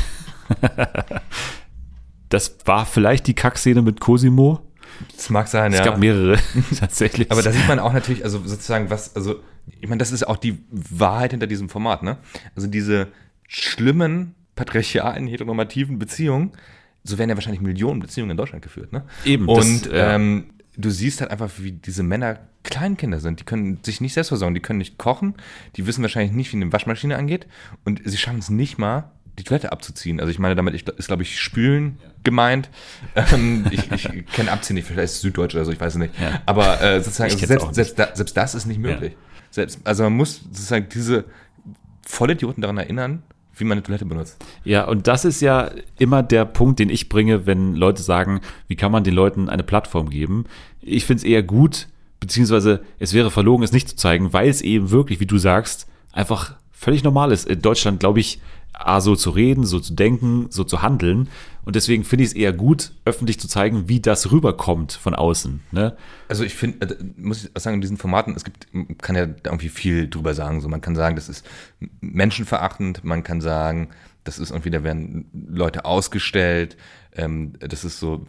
Das war vielleicht die Kackszene mit Cosimo. Das mag sein, Es ja. gab mehrere, tatsächlich. Aber da sieht man auch natürlich, also sozusagen was, also ich meine, das ist auch die Wahrheit hinter diesem Format, ne? Also diese schlimmen, patriarchalen, heteronormativen Beziehungen, so werden ja wahrscheinlich Millionen Beziehungen in Deutschland geführt, ne? Eben, Und das, ja. ähm, du siehst halt einfach, wie diese Männer Kleinkinder sind. Die können sich nicht selbst versorgen, die können nicht kochen, die wissen wahrscheinlich nicht, wie eine Waschmaschine angeht und sie schaffen es nicht mal, die Toilette abzuziehen. Also ich meine, damit ist, glaube ich, Spülen gemeint. Ähm, ich ich kenne Abziehen nicht, vielleicht ist es Süddeutsch oder so, ich weiß es nicht. Ja. Aber äh, sozusagen, Ich also kenn's auch selbst, selbst, da, selbst das ist nicht möglich. Selbst, also man muss sozusagen diese Vollidioten daran erinnern, wie man eine Toilette benutzt. Ja, und das ist ja immer der Punkt, den ich bringe, wenn Leute sagen, wie kann man den Leuten eine Plattform geben? Ich finde es eher gut, beziehungsweise es wäre verlogen, es nicht zu zeigen, weil es eben wirklich, wie du sagst, einfach völlig normal ist. In Deutschland, glaube ich, A, so zu reden, so zu denken, so zu handeln. Und deswegen finde ich es eher gut, öffentlich zu zeigen, wie das rüberkommt von außen. Ne? Also ich finde, äh, muss ich auch sagen, in diesen Formaten, es gibt, man kann ja da irgendwie viel drüber sagen. So, man kann sagen, das ist menschenverachtend, man kann sagen, das ist irgendwie, da werden Leute ausgestellt, ähm, das ist so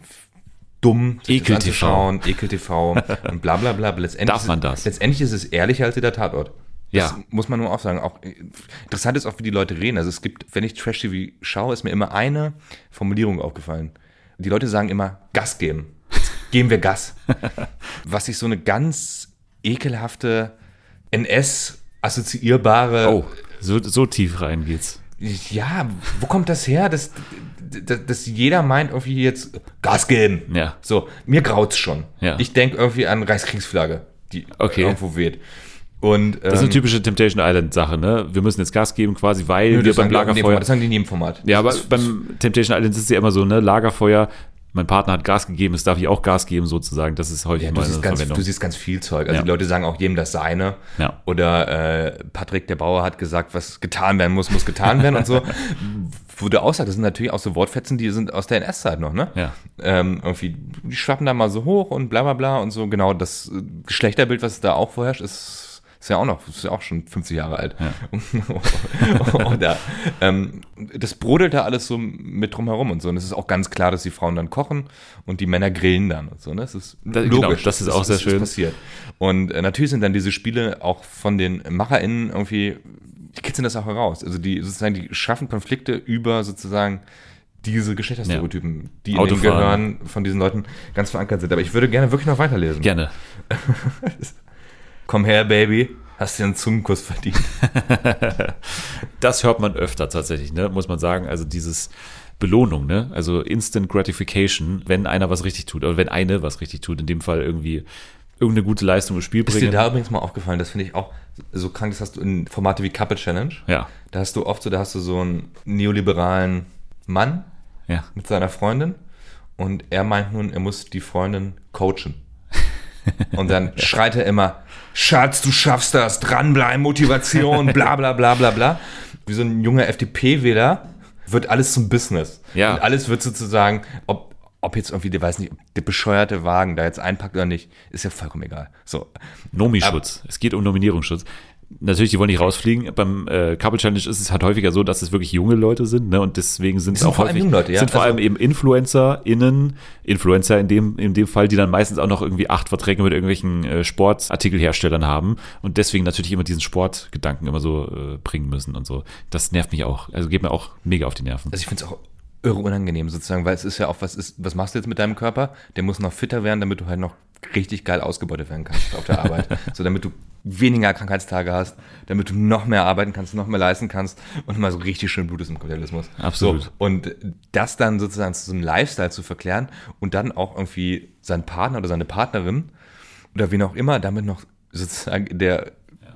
dumm, sich das Ekel-T V. anzuschauen, Ekel-T V und bla bla bla. Aber letztendlich Darf man ist, das? Letztendlich ist es ehrlicher als der Tatort. Das Ja. muss man nur auch sagen. Auch, äh, interessant ist auch, wie die Leute reden. Also es gibt, wenn ich Trash-T V schaue, ist mir immer eine Formulierung aufgefallen. Die Leute sagen immer, Gas geben. Jetzt geben wir Gas. Was ich so eine ganz ekelhafte N S-assoziierbare... Oh, so, so tief rein geht's. Ja, wo kommt das her, dass, dass, dass jeder meint, irgendwie jetzt Gas geben? Ja. So, mir graut's schon. Ja. Ich denke irgendwie an Reichskriegsflagge, die Okay. irgendwo weht. Und, Das ist eine ähm, typische Temptation Island-Sache, ne? Wir müssen jetzt Gas geben quasi, weil nö, wir das beim sagen die auch in dem Lagerfeuer... Format, das sagen die in jedem Format. Ja, aber Das ist- beim Temptation Island ist es ja immer so, ne? Lagerfeuer, mein Partner hat Gas gegeben, es darf ich auch Gas geben, sozusagen. Das ist häufig Ja, mal du, eine siehst ganz, Verwendung. du siehst ganz viel Zeug. Also Ja. die Leute sagen auch jedem das Seine. Ja. Oder äh, Patrick, der Bauer, hat gesagt, was getan werden muss, muss getan werden und so. Wo du auch sagst, das sind natürlich auch so Wortfetzen, die sind aus der N S-Zeit noch, ne? Ja. Ähm, irgendwie, die schwappen da mal so hoch und bla bla bla und so. Genau, das äh, Geschlechterbild, was da auch vorherrscht, ist, ist ja auch noch, ist ja auch schon fünfzig Jahre alt. Ja. Oder, ähm, das brodelt da alles so mit drumherum und so. Und es ist auch ganz klar, dass die Frauen dann kochen und die Männer grillen dann und so. Ne? Das ist Da- logisch. genau, das ist auch sehr schön. passiert. Und äh, natürlich sind dann diese Spiele auch von den MacherInnen irgendwie, die kitzeln das auch heraus. Also die sozusagen, die schaffen Konflikte über sozusagen diese Geschlechterstereotypen, die in den Autofahren. Gehirn von diesen Leuten ganz verankert sind. Aber ich würde gerne wirklich noch weiterlesen. Gerne. Komm her, Baby, hast dir einen Zungenkuss verdient. Das hört man öfter tatsächlich, ne? Muss man sagen. Also dieses Belohnung, ne? Also Instant Gratification, wenn einer was richtig tut, oder wenn eine was richtig tut, in dem Fall irgendwie irgendeine gute Leistung ins Spiel Ist dir bringen. da übrigens mal aufgefallen, das finde ich auch so krank, das hast du in Formate wie Couple Challenge. Ja, Da hast du oft so, da hast du so einen neoliberalen Mann ja. mit seiner Freundin und er meint nun, er muss die Freundin coachen. Und dann schreit er immer, Schatz, du schaffst das, dranbleiben, Motivation, bla bla bla bla bla. Wie so ein junger F D P-Wähler wird alles zum Business. Ja. Und alles wird sozusagen, ob, ob jetzt irgendwie, der weiß nicht, ob der bescheuerte Wagen da jetzt einpackt oder nicht, ist ja vollkommen egal. So. Nomi-Schutz. Es geht um Nominierungsschutz. Natürlich, die wollen nicht rausfliegen. Beim äh, Couple Challenge ist es halt häufiger so, dass es wirklich junge Leute sind, ne? Und deswegen sind es sind auch vor allem häufig, junge Leute, ja? sind vor Also- allem eben InfluencerInnen, Influencer in dem, in dem Fall, die dann meistens auch noch irgendwie acht Verträge mit irgendwelchen äh, Sportartikelherstellern haben und deswegen natürlich immer diesen Sportgedanken immer so äh, bringen müssen und so. Das nervt mich auch. Also geht mir auch mega auf die Nerven. Also ich finde es auch irre unangenehm sozusagen, weil es ist ja auch, was ist, was machst du jetzt mit deinem Körper? Der muss noch fitter werden, damit du halt noch richtig geil ausgebeutet werden kannst auf der Arbeit. So, damit du weniger Krankheitstage hast, damit du noch mehr arbeiten kannst, noch mehr leisten kannst und mal so richtig schön blutest im Kapitalismus. Absolut. So, und das dann sozusagen zu so einem Lifestyle zu verklären und dann auch irgendwie seinen Partner oder seine Partnerin oder wen auch immer damit noch sozusagen in der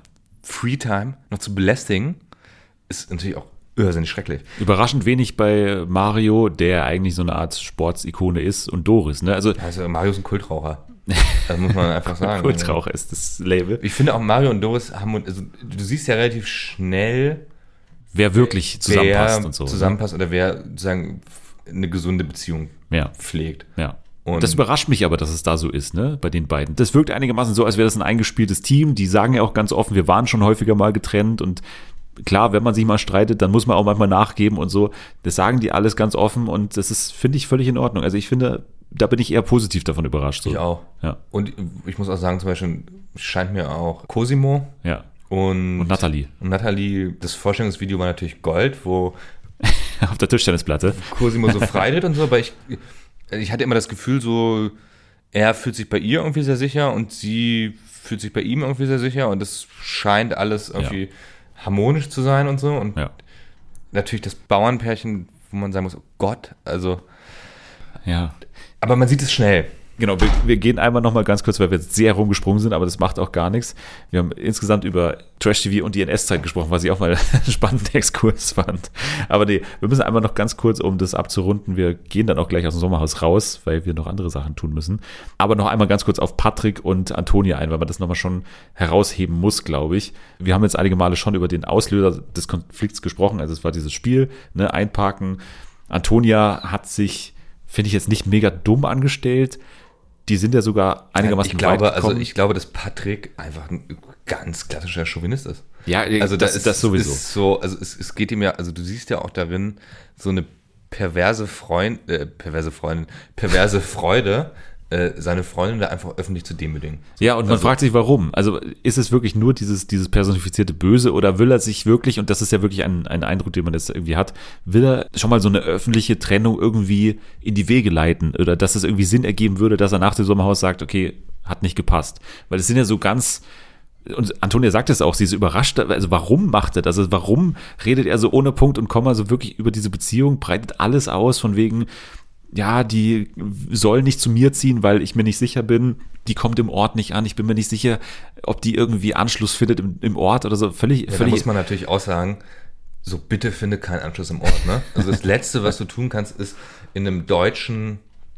Freetime noch zu belästigen, ist natürlich auch irrsinnig schrecklich. Überraschend wenig bei Mario, der eigentlich so eine Art Sportsikone ist, und Doris, ne? Also Also Mario ist ein Kultraucher. Das muss man einfach sagen. Kultraucher ist das Label. Ich finde auch Mario und Doris haben, also du siehst ja relativ schnell, Wer wirklich zusammenpasst wer und so. ne? zusammenpasst oder wer sozusagen eine gesunde Beziehung Ja. pflegt. Ja. Und- das überrascht mich aber, dass es da so ist, ne, bei den beiden. Das wirkt einigermaßen so, als wäre das ein eingespieltes Team. Die sagen ja auch ganz offen, wir waren schon häufiger mal getrennt und klar, wenn man sich mal streitet, dann muss man auch manchmal nachgeben und so. Das sagen die alles ganz offen und das ist, finde ich, völlig in Ordnung. Also ich finde, da bin ich eher positiv davon überrascht. So. Ich auch. Ja. Und ich muss auch sagen, zum Beispiel scheint mir auch Cosimo Ja. und, Und Nathalie. und Nathalie, das Vorstellungsvideo war natürlich Gold, wo Auf der Tischtennisplatte. Cosimo so freidet und so, aber ich, ich hatte immer das Gefühl, so, er fühlt sich bei ihr irgendwie sehr sicher und sie fühlt sich bei ihm irgendwie sehr sicher und das scheint alles irgendwie harmonisch zu sein und so. Und Ja. natürlich das Bauernpärchen, wo man sagen muss, oh Gott, also, Ja. aber man sieht es schnell. Genau, wir, wir gehen einmal nochmal ganz kurz, weil wir jetzt sehr rumgesprungen sind, aber das macht auch gar nichts. Wir haben insgesamt über Trash-T V und die N S-Zeit gesprochen, was ich auch mal einen spannenden Exkurs fand. Aber nee, wir müssen einmal noch ganz kurz, um das abzurunden, wir gehen dann auch gleich aus dem Sommerhaus raus, weil wir noch andere Sachen tun müssen. Aber noch einmal ganz kurz auf Patrick und Antonia ein, weil man das nochmal schon herausheben muss, glaube ich. Wir haben jetzt einige Male schon über den Auslöser des Konflikts gesprochen, also es war dieses Spiel, ne, einparken. Antonia hat sich, finde ich, jetzt nicht mega dumm angestellt. Die sind ja sogar einigermaßen ich glaube, weit gekommen. also ich glaube, dass Patrick einfach ein ganz klassischer Chauvinist ist. Ja, Also das, da ist, das sowieso. Ist so, also es, es geht ihm ja, also du siehst ja auch darin so eine perverse Freund, äh, perverse Freundin, perverse Freude, äh, seine Freundin da einfach öffentlich zu demütigen. Ja, und man Also- fragt sich, warum. Also ist es wirklich nur dieses, dieses personifizierte Böse oder will er sich wirklich, und das ist ja wirklich ein, ein Eindruck, den man jetzt irgendwie hat, will er schon mal so eine öffentliche Trennung irgendwie in die Wege leiten oder dass es irgendwie Sinn ergeben würde, dass er nach dem Sommerhaus sagt, okay, hat nicht gepasst. Weil es sind ja so ganz, und Antonia sagt es auch, sie ist überrascht, also warum macht er das? Also warum redet er so ohne Punkt und Komma so wirklich über diese Beziehung, breitet alles aus von wegen, ja, die soll nicht zu mir ziehen, weil ich mir nicht sicher bin, die kommt im Ort nicht an, ich bin mir nicht sicher, ob die irgendwie Anschluss findet im, im Ort oder so, völlig, Ja, da völlig, muss man natürlich auch sagen, so bitte finde keinen Anschluss im Ort, ne? Also das Letzte, was du tun kannst, ist in einem deutschen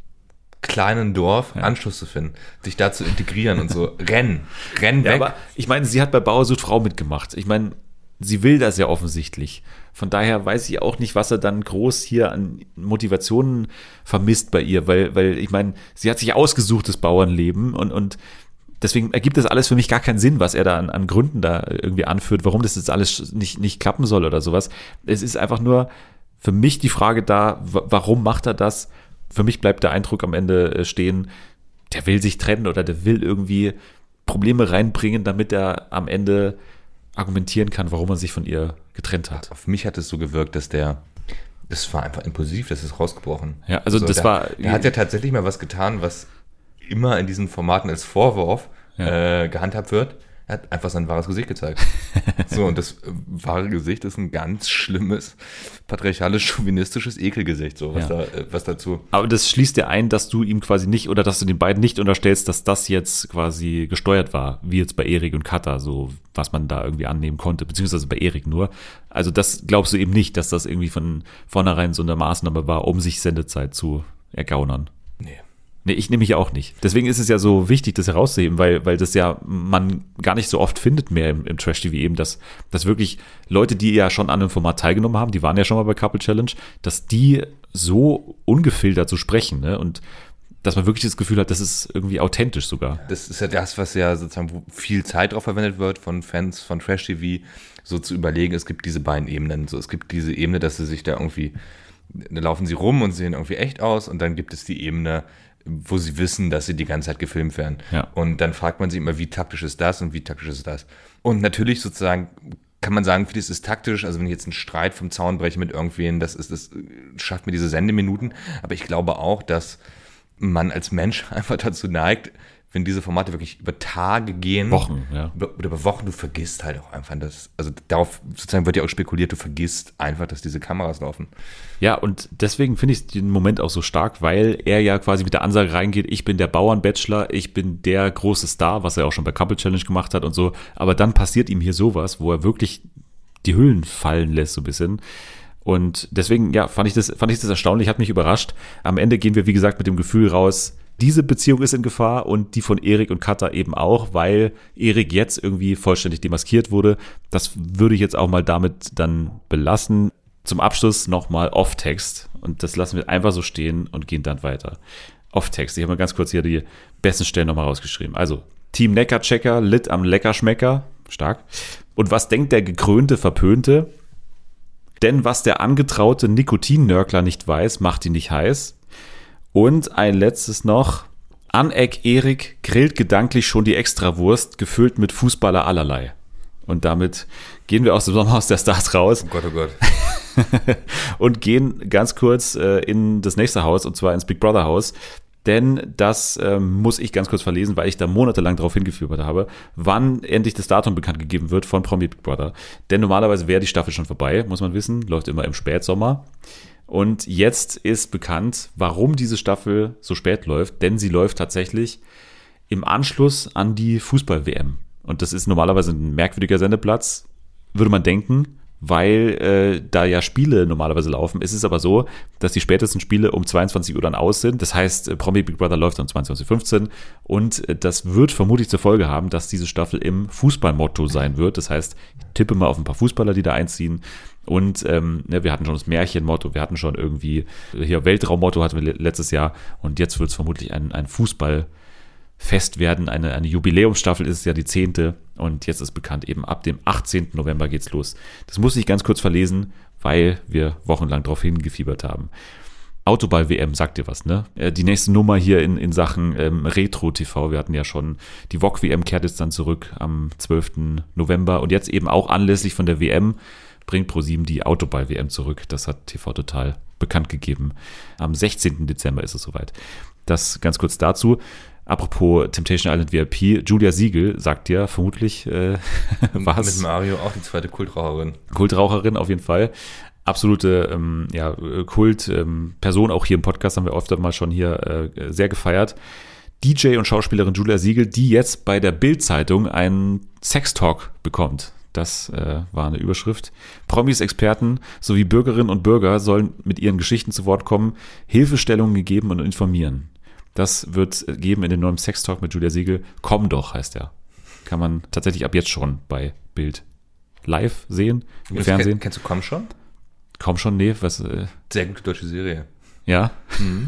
kleinen Dorf Anschluss zu finden, dich da zu integrieren und so. Renn, renn ja, weg. aber ich meine, sie hat bei Bauer sucht Frau mitgemacht. Ich meine, sie will das ja offensichtlich. Von daher weiß ich auch nicht, was er dann groß hier an Motivationen vermisst bei ihr, weil, weil ich meine, sie hat sich ausgesucht, das Bauernleben und, und deswegen ergibt das alles für mich gar keinen Sinn, was er da an, an Gründen da irgendwie anführt, warum das jetzt alles nicht, nicht klappen soll oder sowas. Es ist einfach nur für mich die Frage da, w- warum macht er das? Für mich bleibt der Eindruck am Ende äh, stehen, der will sich trennen oder der will irgendwie Probleme reinbringen, damit er am Ende argumentieren kann, warum er sich von ihr getrennt hat. Auf mich hat es so gewirkt, dass der, das war einfach impulsiv, das ist rausgebrochen. Ja, also das der, war- Der hat ja tatsächlich mal was getan, was immer in diesen Formaten als Vorwurf Ja. äh, gehandhabt wird. Er hat einfach sein wahres Gesicht gezeigt. So, und das äh, wahre Gesicht ist ein ganz schlimmes, patriarchales, chauvinistisches Ekelgesicht, so was Ja. da, äh, was dazu. Aber das schließt ja ein, dass du ihm quasi nicht oder dass du den beiden nicht unterstellst, dass das jetzt quasi gesteuert war, wie jetzt bei Erik und Katha, so was man da irgendwie annehmen konnte, beziehungsweise bei Erik nur. Also das glaubst du eben nicht, dass das irgendwie von vornherein so eine Maßnahme war, um sich Sendezeit zu ergaunern. Nee. Nee, ich nehme mich auch nicht. Deswegen ist es ja so wichtig, das herauszuheben, weil, weil das ja man gar nicht so oft findet mehr im, im Trash-T V eben, dass, dass wirklich Leute, die ja schon an dem Format teilgenommen haben, die waren ja schon mal bei Couple Challenge, dass die so ungefiltert so sprechen, ne? Und dass man wirklich das Gefühl hat, das ist irgendwie authentisch sogar. Das ist ja das, was ja sozusagen wo viel Zeit drauf verwendet wird von Fans von Trash-T V, so zu überlegen, es gibt diese beiden Ebenen. So, es gibt diese Ebene, dass sie sich da irgendwie, da laufen sie rum und sehen irgendwie echt aus und dann gibt es die Ebene, wo sie wissen, dass sie die ganze Zeit gefilmt werden. Ja. Und dann fragt man sich immer, wie taktisch ist das und wie taktisch ist das. Und natürlich sozusagen kann man sagen, vieles ist taktisch. Also wenn ich jetzt einen Streit vom Zaun breche mit irgendwen, das ist, das schafft mir diese Sendeminuten. Aber ich glaube auch, dass man als Mensch einfach dazu neigt, wenn diese Formate wirklich über Tage gehen. Wochen, ja. Über, oder über Wochen, du vergisst halt auch einfach das. Also darauf sozusagen wird ja auch spekuliert, du vergisst einfach, dass diese Kameras laufen. Ja, und deswegen finde ich den Moment auch so stark, weil er ja quasi mit der Ansage reingeht, ich bin der Bauernbachelor, ich bin der große Star, was er auch schon bei Couple Challenge gemacht hat und so. Aber dann passiert ihm hier sowas, wo er wirklich die Hüllen fallen lässt so ein bisschen. Und deswegen, ja, fand ich das, fand ich das erstaunlich, hat mich überrascht. Am Ende gehen wir, wie gesagt, mit dem Gefühl raus, diese Beziehung ist in Gefahr und die von Erik und Katha eben auch, weil Erik jetzt irgendwie vollständig demaskiert wurde. Das würde ich jetzt auch mal damit dann belassen. Zum Abschluss nochmal Off-Text und das lassen wir einfach so stehen und gehen dann weiter. Off-Text, ich habe mal ganz kurz hier die besten Stellen nochmal rausgeschrieben. Also, Team Neckarchecker litt am Leckerschmecker, stark. Und was denkt der gekrönte Verpönte? Denn was der angetraute Nikotinnörgler nicht weiß, macht ihn nicht heiß. Und ein letztes noch. Aneck Erik grillt gedanklich schon die Extrawurst, gefüllt mit Fußballer allerlei. Und damit gehen wir aus dem Sommerhaus der Stars raus. Oh Gott, oh Gott. Und gehen ganz kurz äh, in das nächste Haus, und zwar ins Big Brother Haus. Denn das ähm, muss ich ganz kurz verlesen, weil ich da monatelang darauf hingefiebert habe, wann endlich das Datum bekannt gegeben wird von Promi Big Brother. Denn normalerweise wäre die Staffel schon vorbei, muss man wissen, läuft immer im Spätsommer. Und jetzt ist bekannt, warum diese Staffel so spät läuft, denn sie läuft tatsächlich im Anschluss an die Fußball-W M. Und das ist normalerweise ein merkwürdiger Sendeplatz, würde man denken, weil äh, da ja Spiele normalerweise laufen. Es ist aber so, dass die spätesten Spiele um zweiundzwanzig Uhr dann aus sind. Das heißt, äh, Promi Big Brother läuft um zweiundzwanzig Uhr fünfzehn und äh, das wird vermutlich zur Folge haben, dass diese Staffel im Fußballmotto sein wird. Das heißt, ich tippe mal auf ein paar Fußballer, die da einziehen. Und ähm, ne, wir hatten schon das Märchenmotto, wir hatten schon irgendwie, hier Weltraummotto hatten wir letztes Jahr und jetzt wird es vermutlich ein, ein Fußballfest werden. Eine, eine Jubiläumsstaffel ist es ja die zehnte und jetzt ist bekannt, eben ab dem achtzehnten November geht's los. Das muss ich ganz kurz verlesen, weil wir wochenlang darauf hingefiebert haben. Autoball-W M, sagt dir was, ne? Die nächste Nummer hier in, in Sachen ähm, Retro-T V, wir hatten ja schon, die V O G-W M kehrt jetzt dann zurück am zwölften November und jetzt eben auch anlässlich von der W M bringt ProSieben die Autoball-W M zurück. Das hat T V Total bekannt gegeben. Am sechzehnten Dezember ist es soweit. Das ganz kurz dazu. Apropos Temptation Island V I P, Julia Siegel sagt ja vermutlich äh, was. Mit Mario auch die zweite Kultraucherin. Kultraucherin auf jeden Fall. Absolute ähm, ja, Kult-Person, ähm, auch hier im Podcast haben wir öfter mal schon hier äh, sehr gefeiert. D J und Schauspielerin Julia Siegel, die jetzt bei der Bild-Zeitung einen Sextalk bekommt. Das äh, war eine Überschrift. Promis, Experten sowie Bürgerinnen und Bürger sollen mit ihren Geschichten zu Wort kommen, Hilfestellungen gegeben und informieren. Das wird geben in dem neuen Sextalk mit Julia Siegel. Komm doch, heißt er. Kann man tatsächlich ab jetzt schon bei Bild live sehen, im Was, Fernsehen. Kenn, kennst du Komm schon? Komm schon, nee, was? Äh, Sehr gute deutsche Serie. ja? Mhm.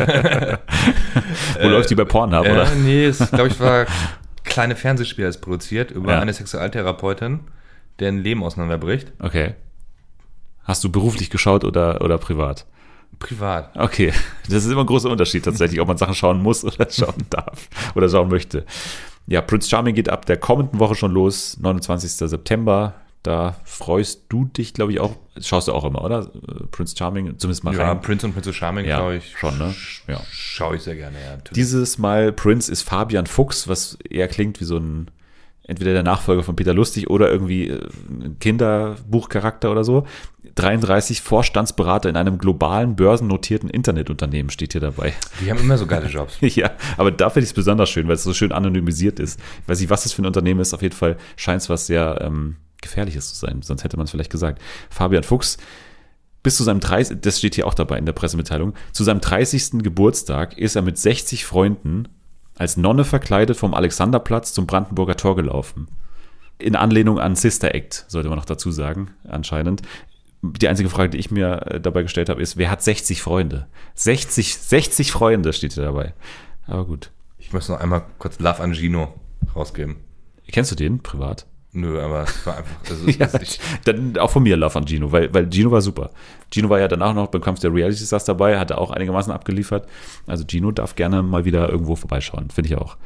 Wo läuft die bei Pornhub, äh, oder? Nee, es glaube ich war kleine Fernsehspiele ist produziert über Ja. eine Sexualtherapeutin, deren Leben auseinanderbricht. Okay. Hast du beruflich geschaut oder, oder privat? Privat. Okay, das ist immer ein großer Unterschied tatsächlich, ob man Sachen schauen muss oder schauen darf oder schauen möchte. Ja, Prince Charming geht ab der kommenden Woche schon los, neunundzwanzigsten September. Da freust du dich, glaube ich, auch. Das schaust du auch immer, oder? Prince Charming, zumindest mal Ja, rein. Prince und Prince Charming, Ja, glaube ich. schon, ne? Ja. Schaue ich sehr gerne, ja. Natürlich. Dieses Mal Prince ist Fabian Fuchs, was eher klingt wie so ein, entweder der Nachfolger von Peter Lustig oder irgendwie ein Kinderbuchcharakter oder so. dreiunddreißig Vorstandsberater in einem globalen börsennotierten Internetunternehmen steht hier dabei. Die haben immer so geile Jobs. Ja, aber da finde ich es besonders schön, weil es so schön anonymisiert ist. Ich weiß nicht, was das für ein Unternehmen ist. Auf jeden Fall scheint es was sehr ähm, Gefährliches zu sein. Sonst hätte man es vielleicht gesagt. Fabian Fuchs bis zu seinem dreißigsten, das steht hier auch dabei in der Pressemitteilung, zu seinem dreißigsten Geburtstag ist er mit sechzig Freunden als Nonne verkleidet vom Alexanderplatz zum Brandenburger Tor gelaufen. In Anlehnung an Sister Act, sollte man noch dazu sagen, anscheinend. Die einzige Frage, die ich mir dabei gestellt habe, ist, wer hat sechzig Freunde? sechzig, sechzig Freunde steht hier dabei. Aber gut. Ich muss noch einmal kurz Love an Gino rausgeben. Kennst du den privat? Nö, aber es war einfach. Also ja, dann auch von mir Love an Gino, weil, weil Gino war super. Gino war ja danach noch beim Kampf der Reality Stars dabei, hatte auch einigermaßen abgeliefert. Also Gino darf gerne mal wieder irgendwo vorbeischauen, finde ich auch.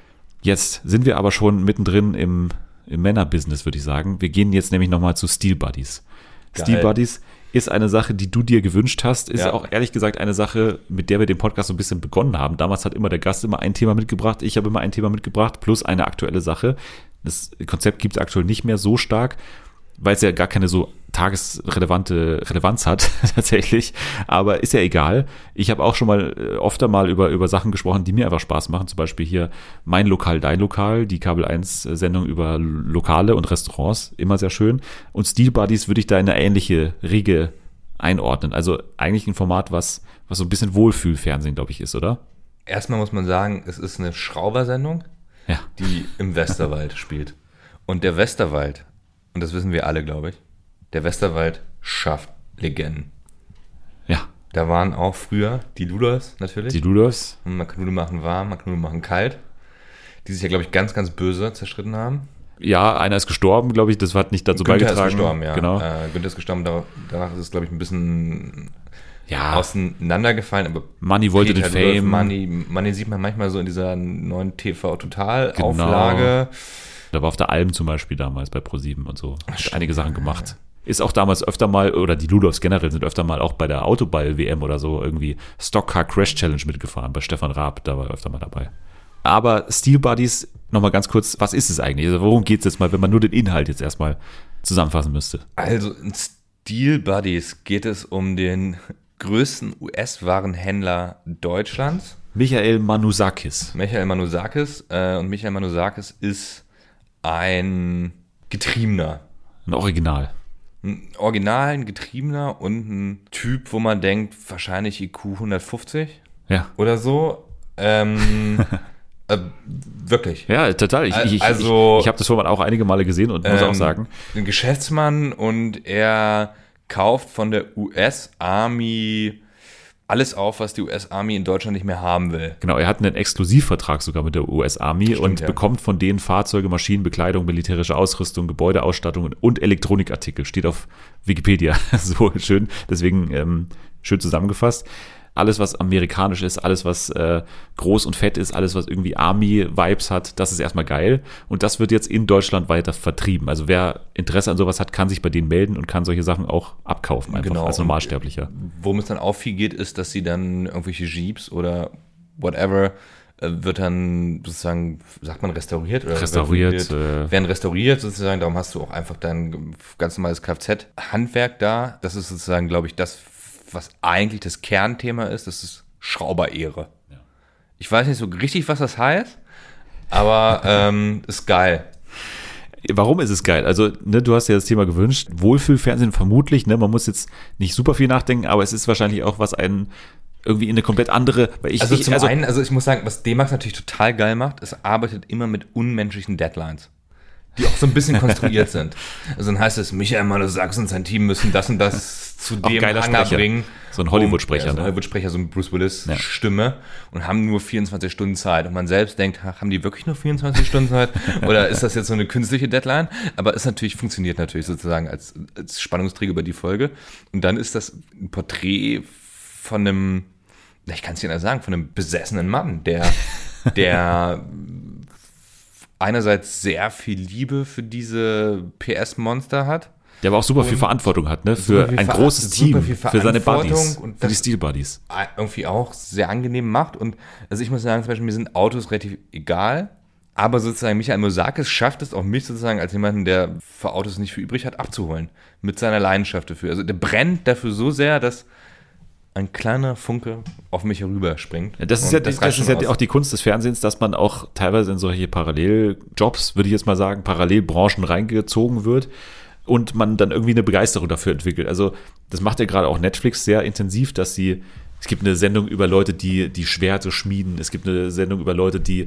Jetzt sind wir aber schon mittendrin im, im Männerbusiness, würde ich sagen. Wir gehen jetzt nämlich nochmal zu Steel Buddies. Geil. Steel Buddies ist eine Sache, die du dir gewünscht hast, ist Ja. auch ehrlich gesagt eine Sache, mit der wir den Podcast so ein bisschen begonnen haben. Damals hat immer der Gast immer ein Thema mitgebracht, ich habe immer ein Thema mitgebracht, plus eine aktuelle Sache. Das Konzept gibt es aktuell nicht mehr so stark, weil es ja gar keine so tagesrelevante Relevanz hat, tatsächlich. Aber ist ja egal. Ich habe auch schon mal äh, öfter mal über, über Sachen gesprochen, die mir einfach Spaß machen. Zum Beispiel hier Mein Lokal, Dein Lokal, die Kabel eins Sendung über Lokale und Restaurants. Immer sehr schön. Und Steel Buddies würde ich da in eine ähnliche Riege einordnen. Also eigentlich ein Format, was, was so ein bisschen Wohlfühlfernsehen, glaube ich, ist, oder? Erstmal muss man sagen, es ist eine Schraubersendung, Ja. die im Westerwald spielt. Und der Westerwald, und das wissen wir alle, glaube ich, der Westerwald schafft Legenden. Ja. Da waren auch früher die Luders natürlich. Die Luders. Und man kann Nudeln machen warm, man kann Nudeln machen kalt. Die sich ja, glaube ich, ganz, ganz böse zerstritten haben. Ja, einer ist gestorben, glaube ich. Das hat nicht dazu Günther beigetragen. ist gestorben, ja. Genau. Äh, Günther ist gestorben, da, danach ist es, glaube ich, ein bisschen Ja. auseinandergefallen. Aber Money wollte Peter den Rudolph, Fame. Money, Money sieht man manchmal so in dieser neuen T Genau. V-Total-Auflage. Da war auf der Alm zum Beispiel damals bei ProSieben und so. Hat einige Sachen gemacht. Ist auch damals öfter mal, oder die Ludolfs generell sind öfter mal auch bei der Autoball-W M oder so irgendwie Stockcar Crash Challenge mitgefahren. Bei Stefan Raab, da war er öfter mal dabei. Aber Steel Buddies, nochmal ganz kurz, was ist es eigentlich? Also worum geht es jetzt mal, wenn man nur den Inhalt jetzt erstmal zusammenfassen müsste? Also in Steel Buddies geht es um den größten U S-Warenhändler Deutschlands, Michael Manusakis. Michael Manusakis. Äh, und Michael Manusakis ist ein Getriebener. Ein Original. Ein Original, ein Getriebener und ein Typ, wo man denkt, wahrscheinlich I Q hundertfünfzig Ja. oder so. Ähm, äh, wirklich. Ja, total. Ich, ich, Also- ich, ich habe das Format auch einige Male gesehen und muss Ähm, auch sagen, Ein Geschäftsmann und er kauft von der U S-Army alles auf, was die U S-Army in Deutschland nicht mehr haben will. genau, er hat einen Exklusivvertrag sogar mit der U S-Army Stimmt, und ja. bekommt von denen Fahrzeuge, Maschinen, Bekleidung, militärische Ausrüstung, Gebäudeausstattung und Elektronikartikel. Steht auf Wikipedia. So schön. Deswegen ähm, schön zusammengefasst. Alles, was amerikanisch ist, alles, was äh, groß und fett ist, alles, was irgendwie Army-Vibes hat, das ist erstmal geil. Und das wird jetzt in Deutschland weiter vertrieben. Also wer Interesse an sowas hat, kann sich bei denen melden und kann solche Sachen auch abkaufen, einfach Genau. als Normalsterblicher. Worum es dann auch viel geht, ist, dass sie dann irgendwelche Jeeps oder whatever äh, wird dann sozusagen, sagt man restauriert? Oder Restauriert, Wird, äh, werden restauriert sozusagen, darum hast du auch einfach dein ganz normales Kfz-Handwerk da. Das ist sozusagen, glaube ich, das, was eigentlich das Kernthema ist, das ist Schrauberehre. Ja. Ich weiß nicht so richtig, was das heißt, aber ähm, ist geil. Warum ist es geil? Also, ne, du hast ja das Thema gewünscht. Wohlfühlfernsehen vermutlich, ne, man muss jetzt nicht super viel nachdenken, aber es ist wahrscheinlich auch was einen irgendwie in eine komplett andere, weil ich, Also ich zum einen, also ich muss sagen, was D-Max natürlich total geil macht, es arbeitet immer mit unmenschlichen Deadlines, die auch so ein bisschen konstruiert sind. Also dann heißt es, Michael Manusakis und sein Team müssen das und das zu Auch dem geiler Hangar Sprecher. bringen. So ein Hollywood-Sprecher, Um, ja, so ein ne? Hollywood-Sprecher, so ein Bruce Willis Ja. Stimme und haben nur vierundzwanzig Stunden Zeit. Und man selbst denkt, ach, haben die wirklich nur vierundzwanzig Stunden Zeit? Oder ist das jetzt so eine künstliche Deadline? Aber es natürlich, funktioniert natürlich sozusagen als, als Spannungsträger über die Folge. Und dann ist das ein Porträt von einem, ich kann es dir nicht sagen, von einem besessenen Mann, der, der einerseits sehr viel Liebe für diese P S-Monster hat. Der aber auch super viel Und Verantwortung hat, ne? Für super viel ein Ver- großes super Team, viel für seine Verantwortung Buddies, und für die das- Steel Buddies. Irgendwie auch sehr angenehm macht. Und also ich muss sagen, zum Beispiel, mir sind Autos relativ egal. Aber sozusagen Michael Manusakis schafft es auch mich sozusagen als jemanden, der für Autos nicht viel übrig hat, abzuholen. Mit seiner Leidenschaft dafür. Also der brennt dafür so sehr, dass ein kleiner Funke auf mich herüberspringt. Ja, das ist Und ja, das reicht ist schon ja aus. auch die Kunst des Fernsehens, dass man auch teilweise in solche Paralleljobs, würde ich jetzt mal sagen, Parallelbranchen reingezogen wird. und man dann irgendwie eine Begeisterung dafür entwickelt. Also das macht ja gerade auch Netflix sehr intensiv, dass sie, es gibt eine Sendung über Leute, die die Schwerte schmieden, es gibt eine Sendung über Leute, die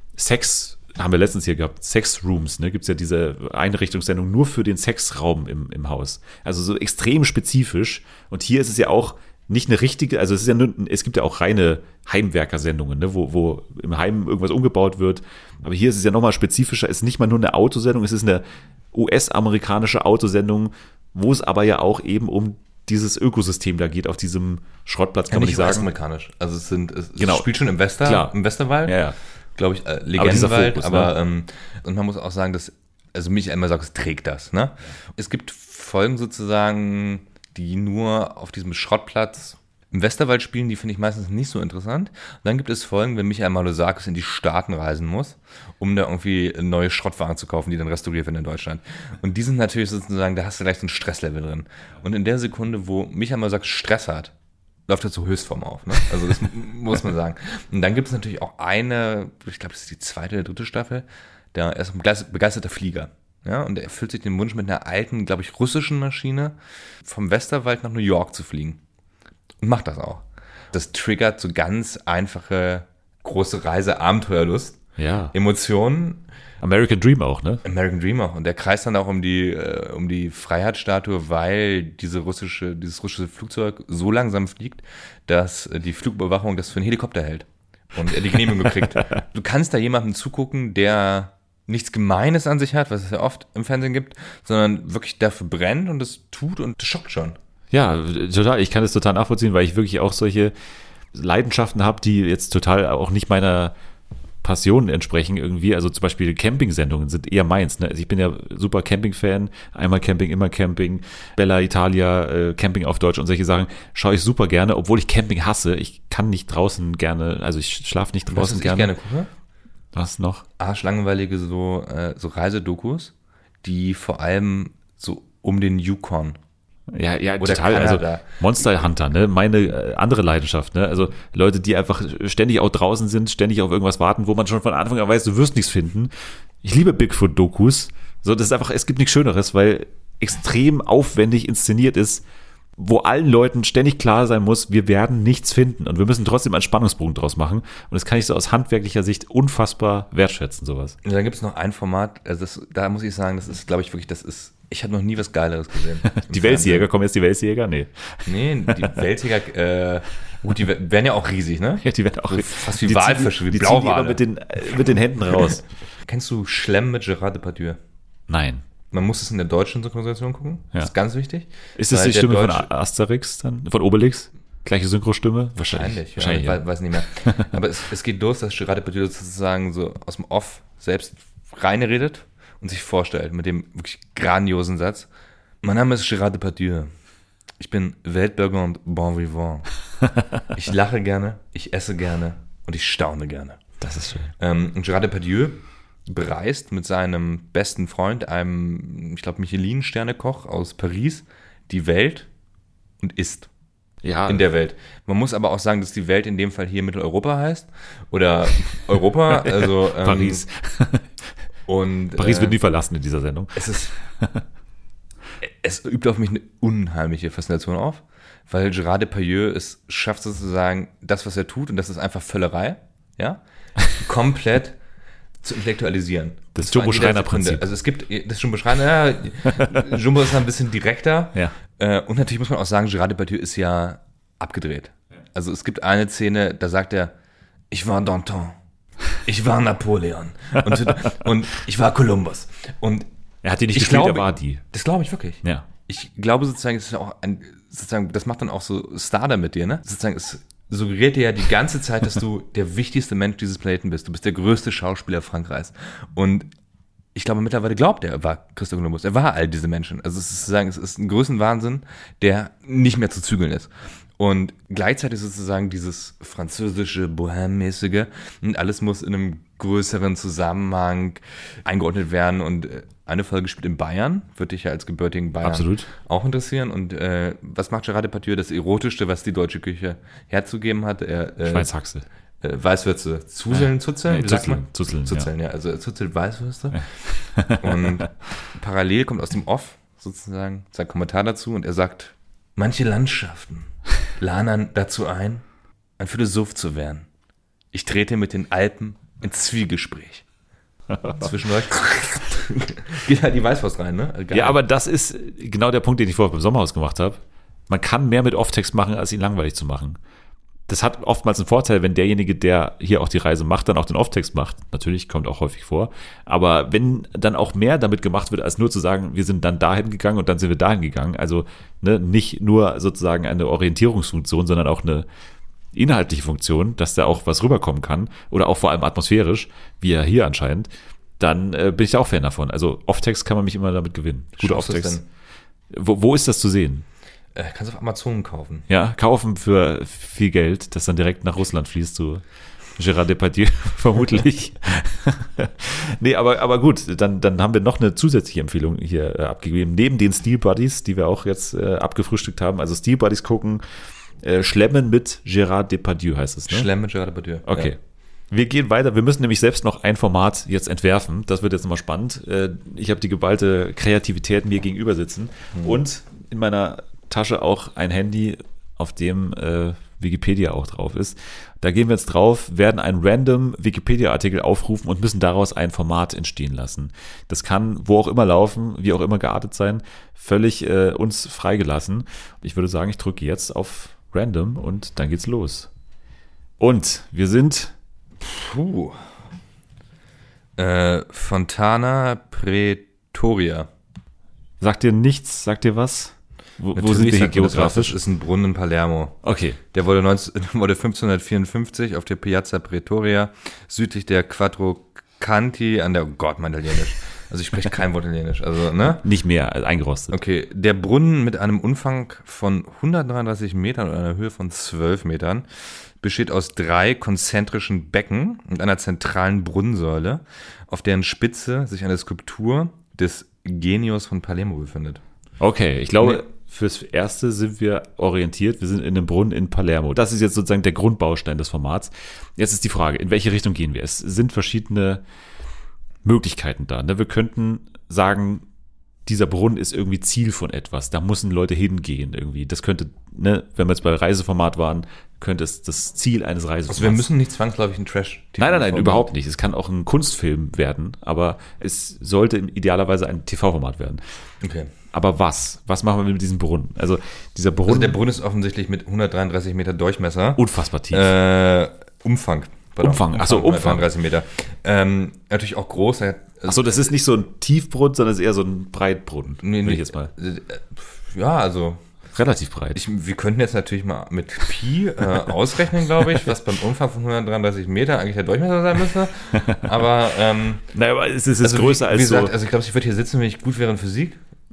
Sex, haben wir letztens hier gehabt, Sexrooms, ne, gibt es ja diese Einrichtungssendung nur für den Sexraum im, im Haus. Also so extrem spezifisch. Und hier ist es ja auch nicht eine richtige, also es ist ja nur, es gibt ja auch reine Heimwerkersendungen, ne, wo, wo im Heim irgendwas umgebaut wird. Aber hier ist es ja nochmal spezifischer, es ist nicht mal nur eine Autosendung, es ist eine U S-amerikanische Autosendung, wo es aber ja auch eben um dieses Ökosystem da geht, auf diesem Schrottplatz, kann ja, man nicht sagen. US-amerikanisch. Also es sind, es, Genau. es spielt schon im Wester, Klar. im Westerwald. Ja, ja. Glaube ich, äh, Aber dieser Legendenwald, Fokus, aber, ne? ähm, und man muss auch sagen, dass, also Michael immer sagt, es trägt das, ne? Es gibt Folgen sozusagen, die nur auf diesem Schrottplatz im Westerwald spielen, die finde ich meistens nicht so interessant. Und dann gibt es Folgen, wenn Michael Malosakis in die Staaten reisen muss, um da irgendwie neue Schrottwagen zu kaufen, die dann restauriert werden in Deutschland. Und die sind natürlich sozusagen, da hast du gleich so ein Stresslevel drin. Und in der Sekunde, wo Michael Malosakis Stress hat, läuft er zur Höchstform auf. Ne? Also das muss man sagen. Und dann gibt es natürlich auch eine, ich glaube, das ist die zweite oder dritte Staffel, der er ist ein begeisterter Flieger. Ja? Und er erfüllt sich den Wunsch, mit einer alten, glaube ich, russischen Maschine vom Westerwald nach New York zu fliegen. Und macht das auch. Das triggert so ganz einfache, große Reise, Abenteuerlust, Ja. Emotionen. American Dream auch, ne? American Dream auch. Und der kreist dann auch um die, äh, um die Freiheitsstatue, weil diese russische, dieses russische Flugzeug so langsam fliegt, dass äh, die Flugüberwachung das für einen Helikopter hält. Und er die Genehmigung gekriegt. Du kannst da jemandem zugucken, der nichts Gemeines an sich hat, was es ja oft im Fernsehen gibt, sondern wirklich dafür brennt und es tut und das schockt schon. Ja, total. Ich kann das total nachvollziehen, weil ich wirklich auch solche Leidenschaften habe, die jetzt total auch nicht meiner Passionen entsprechen irgendwie. Also zum Beispiel Camping-Sendungen sind eher meins. Ne? Also ich bin ja super Camping-Fan. Einmal Camping, immer Camping. Bella Italia, äh, Camping auf Deutsch und solche Sachen schaue ich super gerne, obwohl ich Camping hasse. Ich kann nicht draußen gerne, also ich schlafe nicht draußen Was ich gerne. gerne gucke? Was noch? Arschlangweilige so, äh, so Reisedokus, die vor allem so um den Yukon. Ja, ja, Oder total. Kanada. Also Monster Hunter, ne? Meine äh, andere Leidenschaft, ne? Also Leute, die einfach ständig auch draußen sind, ständig auf irgendwas warten, wo man schon von Anfang an weiß, du wirst nichts finden. Ich liebe Bigfoot-Dokus. So, das ist einfach, es gibt nichts Schöneres, weil extrem aufwendig inszeniert ist, wo allen Leuten ständig klar sein muss, wir werden nichts finden und wir müssen trotzdem einen Spannungsbogen draus machen. Und das kann ich so aus handwerklicher Sicht unfassbar wertschätzen, sowas. Und dann gibt es noch ein Format, also das, da muss ich sagen, das ist, glaube ich, wirklich, das ist, ich habe noch nie was Geileres gesehen. Die Welsjäger, kommen jetzt die Welsjäger? Nee. Nee, die Welsjäger, äh, gut, die werden ja auch riesig, ne? Ja, die werden auch So fast wie die Walfische, ziehen- wie die ziehen die immer Blauwale. mit den, äh, mit den Händen raus. Kennst du Schlemm mit Gerard Depardieu? Nein. Man muss es in der deutschen Synchronisation gucken. Ja. Das ist ganz wichtig. Ist das Weil die der Stimme von Deutsche- A- Asterix dann? Von Obelix? Gleiche Synchrostimme? Wahrscheinlich, Wahrscheinlich, ja, ja. ich weiß nicht mehr. Aber es, es geht los, dass Gerard Depardieu sozusagen so aus dem Off selbst reinredet und sich vorstellt mit dem wirklich grandiosen Satz. Mein Name ist Gerard Depardieu. Ich bin Weltbürger und bon vivant. Ich lache gerne, ich esse gerne und ich staune gerne. Das ist schön. Ähm, und Gerard Depardieu bereist mit seinem besten Freund, einem, ich glaube, Michelin-Sterne-Koch aus Paris, die Welt und isst. Ja, In der Welt. Man muss aber auch sagen, dass die Welt in dem Fall hier Mitteleuropa heißt. Oder Europa, also ähm, Paris. Und Paris äh, wird nie verlassen in dieser Sendung. es ist, es übt auf mich eine unheimliche Faszination auf, weil Gerard Depardieu es schafft sozusagen, das, was er tut, und das ist einfach Völlerei, ja, komplett zu intellektualisieren. Das Und zwar in jeder Jumbo-Schreiner-Prinzip. Sekunde. Also es gibt, das Jumbo Schreiner, ja, Jumbo ist ein bisschen direkter. Ja. Äh, und natürlich muss man auch sagen, Gerard Depardieu ist ja abgedreht. Also es gibt eine Szene, da sagt er, ich war Danton, ich war Napoleon und, und ich war Kolumbus. Und Er hat die nicht ich gespielt, glaube, er war die. das glaube ich wirklich. Ja. Ich glaube sozusagen, es ist auch ein, sozusagen, das macht dann auch so Starter mit dir, ne? Sozusagen, es suggeriert dir ja die ganze Zeit, dass du der wichtigste Mensch dieses Planeten bist. Du bist der größte Schauspieler Frankreichs. Und ich glaube, mittlerweile glaubt er, er war Christoph Kolumbus. Er war all diese Menschen. Also es ist sozusagen, es ist ein Größenwahnsinn, der nicht mehr zu zügeln ist. Und gleichzeitig sozusagen dieses französische, bohème-mäßige, und alles muss in einem größeren Zusammenhang eingeordnet werden. Und eine Folge spielt in Bayern, würde dich ja als gebürtigen Bayern Absolut. auch interessieren. Und äh, was macht Gerard Depardieu? Das Erotischste, was die deutsche Küche herzugeben hat. Er, äh, Schweinshaxe. äh, Weißwürze zuzeln, zuzeln, Nee, wie sagt zuzeln, man? zuzeln, zuzeln, ja. Also er zuzelt Weißwürste. Und parallel kommt aus dem Off sozusagen, sein Kommentar dazu und er sagt, manche Landschaften laden dazu ein, ein Philosoph zu werden. Ich trete mit den Alpen ins Zwiegespräch. Zwischendurch geht halt die Weißwurst rein, ne? Geil. Ja, aber das ist genau der Punkt, den ich vorher beim Sommerhaus gemacht habe. Man kann mehr mit Off-Text machen, als ihn langweilig zu machen. Das hat oftmals einen Vorteil, wenn derjenige, der hier auch die Reise macht, dann auch den Off-Text macht. Natürlich, kommt auch häufig vor. Aber wenn dann auch mehr damit gemacht wird, als nur zu sagen, wir sind dann dahin gegangen und dann sind wir dahin gegangen. Also ne, nicht nur sozusagen eine Orientierungsfunktion, sondern auch eine inhaltliche Funktion, dass da auch was rüberkommen kann oder auch vor allem atmosphärisch, wie ja hier anscheinend, dann äh, bin ich auch Fan davon. Also Off-Text kann man mich immer damit gewinnen. Guter Off-Text. Wo, wo ist das zu sehen? Äh, kannst du auf Amazon kaufen. Ja, kaufen für viel Geld, das dann direkt nach Russland fließt zu Gérard Depardieu, vermutlich. Nee, aber, aber gut, dann, dann haben wir noch eine zusätzliche Empfehlung hier äh, abgegeben, neben den Steel Buddies, die wir auch jetzt äh, abgefrühstückt haben. Also Steel Buddies gucken, äh, Schlemmen mit Gérard Depardieu heißt es, ne? Schlemmen mit Gérard Depardieu. Okay. Ja. Wir gehen weiter. Wir müssen nämlich selbst noch ein Format jetzt entwerfen. Das wird jetzt nochmal spannend. Äh, Ich habe die geballte Kreativität mir gegenüber sitzen Mhm. und in meiner Tasche auch ein Handy, auf dem äh, Wikipedia auch drauf ist. Da gehen wir jetzt drauf, werden einen random Wikipedia-Artikel aufrufen und müssen daraus ein Format entstehen lassen. Das kann wo auch immer laufen, wie auch immer geartet sein, völlig äh, uns freigelassen. Ich würde sagen, ich drücke jetzt auf Random und dann geht's los. Und wir sind Puh. Äh, Fontana Pretoria. Sagt dir nichts? Sagt dir was? Wo, wo Natürlich sind wir hier sagt man das was, geografisch? Das ist ein Brunnen in Palermo. Okay. Der wurde, neunzehn, wurde fünfzehnhundertvierundfünfzig auf der Piazza Pretoria südlich der Quattro Canti an der, oh Gott, mein Italienisch. Also ich spreche kein Wort Italienisch, also, ne? Nicht mehr, also eingerostet. Okay, der Brunnen mit einem Umfang von hundertdreiunddreißig Metern und einer Höhe von zwölf Metern besteht aus drei konzentrischen Becken und einer zentralen Brunnensäule, auf deren Spitze sich eine Skulptur des Genius von Palermo befindet. Okay, ich glaube, Nee. fürs Erste sind wir orientiert. Wir sind in einem Brunnen in Palermo. Das ist jetzt sozusagen der Grundbaustein des Formats. Jetzt ist die Frage, in welche Richtung gehen wir? Es sind verschiedene Möglichkeiten da. Ne? Wir könnten sagen, dieser Brunnen ist irgendwie Ziel von etwas. Da müssen Leute hingehen irgendwie. Das könnte, ne, wenn wir jetzt bei Reiseformat waren, könnte es das Ziel eines Reiseformats. Also wir müssen nicht zwangsläufig einen Trash. Nein, nein, nein, überhaupt nicht. Es kann auch ein Kunstfilm werden, aber es sollte idealerweise ein T V-Format werden. Okay. Aber was? Was machen wir mit diesem Brunnen? Also dieser Brunnen, Also der Brunnen ist offensichtlich mit hundertdreiunddreißig Meter Durchmesser. unfassbar tief. Äh, Umfang. Pardon. Umfang, ach so, Umfang. hundertdreiunddreißig Meter. Ähm, natürlich auch groß. Er hat- Achso, das ist nicht so ein Tiefbrunnen, sondern es ist eher so ein Breitbrunnen. Nee, will nee, ich jetzt mal. äh, Ja, also Relativ breit. ich, wir könnten jetzt natürlich mal mit Pi äh, ausrechnen, glaube ich, was beim Umfang von hundertdreiunddreißig Meter eigentlich der Durchmesser sein müsste. Aber ähm, Naja, aber es ist, es ist also größer wie, als wie gesagt, so. also ich glaube, ich würde hier sitzen, wenn ich gut wäre in Physik.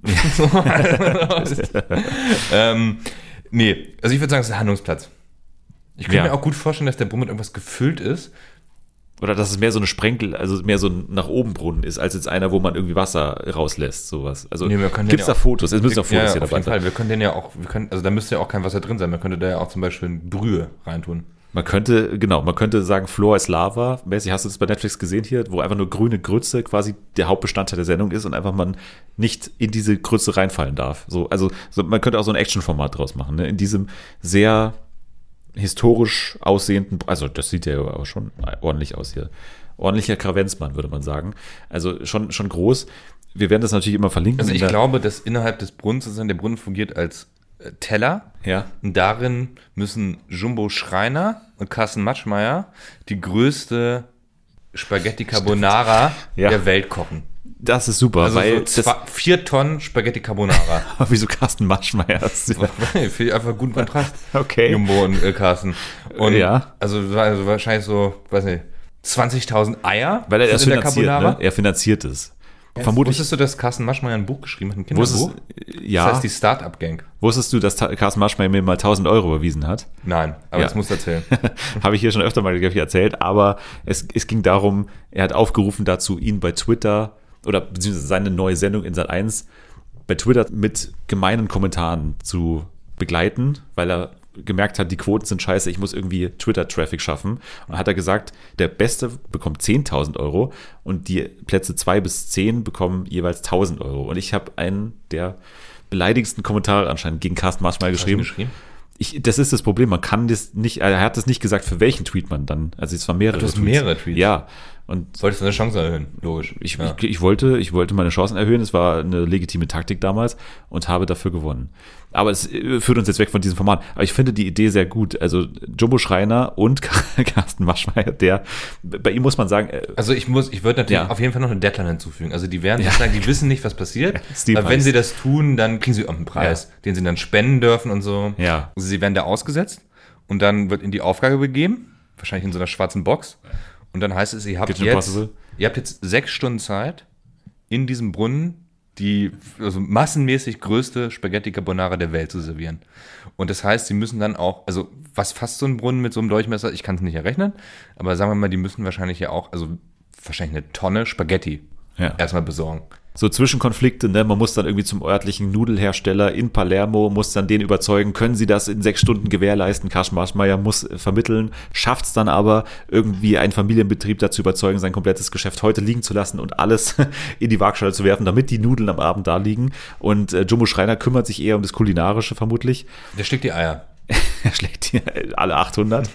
ähm, nee, also ich würde sagen, es ist ein Handlungsplatz. Ich könnte Ja. mir auch gut vorstellen, dass der Brunnen mit irgendwas gefüllt ist. Oder dass es mehr so eine Sprenkel, also mehr so ein nach oben Brunnen ist, als jetzt einer, wo man irgendwie Wasser rauslässt, sowas. Also Nee, wir können gibt's den da ja auch- Fotos? Es müssen auch Fotos ja, hier auf dabei jeden sein. Fall. Wir können den ja auch, wir können, also da müsste ja auch kein Wasser drin sein. Man könnte da ja auch zum Beispiel Brühe reintun. Man könnte, genau, man könnte sagen, Floor is Lava. Mäßig, hast du das bei Netflix gesehen hier, wo einfach nur grüne Grütze quasi der Hauptbestandteil der Sendung ist und einfach man nicht in diese Grütze reinfallen darf. So, also so, man könnte auch so ein Actionformat draus machen, ne? In diesem sehr historisch aussehenden, also das sieht ja aber schon ordentlich aus hier. Ordentlicher Kravenzmann, würde man sagen. Also schon, schon groß. Wir werden das natürlich immer verlinken. Also in ich der- glaube, dass innerhalb des Brunnens, sozusagen, der Brunnen fungiert als äh, Teller. Ja. Und darin müssen Jumbo Schreiner und Carsten Matschmeyer die größte Spaghetti Carbonara Ja. der Welt kochen. Das ist super, Also weil so zwei, vier Tonnen Spaghetti Carbonara. das, wieso Carsten Maschmeyer? Das ist- Finde ich einfach guten Kontrast. Okay. Jumbo und äh, Carsten. Und Ja. also, also wahrscheinlich so, weiß nicht, zwanzigtausend Eier Weil er das sind in der finanziert, Carbonara. ne? Er finanziert es. Vermutlich. Wusstest du, dass Carsten Maschmeyer ein Buch geschrieben hat, ein Wusstest, Kinderbuch? ja. Das heißt die Start-up-Gang. Wusstest du, dass Ta- Carsten Maschmeyer mir mal tausend Euro überwiesen hat? Nein, aber Ja. das musst du erzählen. Habe ich hier schon öfter mal glaub ich, erzählt, aber es, es ging darum, er hat aufgerufen dazu, ihn bei Twitter oder beziehungsweise seine neue Sendung in Sat eins bei Twitter mit gemeinen Kommentaren zu begleiten, weil er gemerkt hat, die Quoten sind scheiße, ich muss irgendwie Twitter-Traffic schaffen. Und hat er gesagt, der Beste bekommt zehntausend Euro und die Plätze zwei bis zehn bekommen jeweils tausend Euro. Und ich habe einen der beleidigsten Kommentare anscheinend gegen Carsten Marschmeyer geschrieben. geschrieben? Ich, das ist das Problem, man kann das nicht, er hat das nicht gesagt, für welchen Tweet man dann, also es waren mehrere Du hast Tweets. mehrere Tweets. Ja. Und Solltest du deine Chance erhöhen, logisch. ich, ja. ich, ich, wollte, ich wollte meine Chancen erhöhen, es war eine legitime Taktik damals und habe dafür gewonnen. Aber es führt uns jetzt weg von diesem Format. Aber ich finde die Idee sehr gut. Also Jumbo Schreiner und Carsten Maschmeyer, der, bei ihm muss man sagen. Also ich muss, ich würde natürlich ja. auf jeden Fall noch eine Deadline hinzufügen. Also die werden Ja. sagen, die wissen nicht, was passiert. Steve Aber wenn weiß. sie das tun, dann kriegen sie auch einen Preis, Ja. den sie dann spenden dürfen und so. Ja. Also sie werden da ausgesetzt und dann wird ihnen die Aufgabe gegeben, wahrscheinlich in so einer schwarzen Box. Und dann heißt es, ihr habt Kitchen jetzt, Impossible. ihr habt jetzt sechs Stunden Zeit, in diesem Brunnen die also massenmäßig größte Spaghetti Carbonara der Welt zu servieren. Und das heißt, sie müssen dann auch, also was fasst so ein Brunnen mit so einem Durchmesser? Ich kann es nicht errechnen, aber sagen wir mal, die müssen wahrscheinlich ja auch, also wahrscheinlich eine Tonne Spaghetti Ja. erstmal besorgen. So Zwischenkonflikte, ne? Man muss dann irgendwie zum örtlichen Nudelhersteller in Palermo, muss dann den überzeugen, können sie das in sechs Stunden gewährleisten? Carsten Maschmeyer muss vermitteln, schafft es dann aber, irgendwie einen Familienbetrieb dazu überzeugen, sein komplettes Geschäft heute liegen zu lassen und alles in die Waagschale zu werfen, damit die Nudeln am Abend da liegen. Und äh, Jumbo Schreiner kümmert sich eher um das Kulinarische vermutlich. Der steckt die Eier. Er schlägt hier alle achthundert.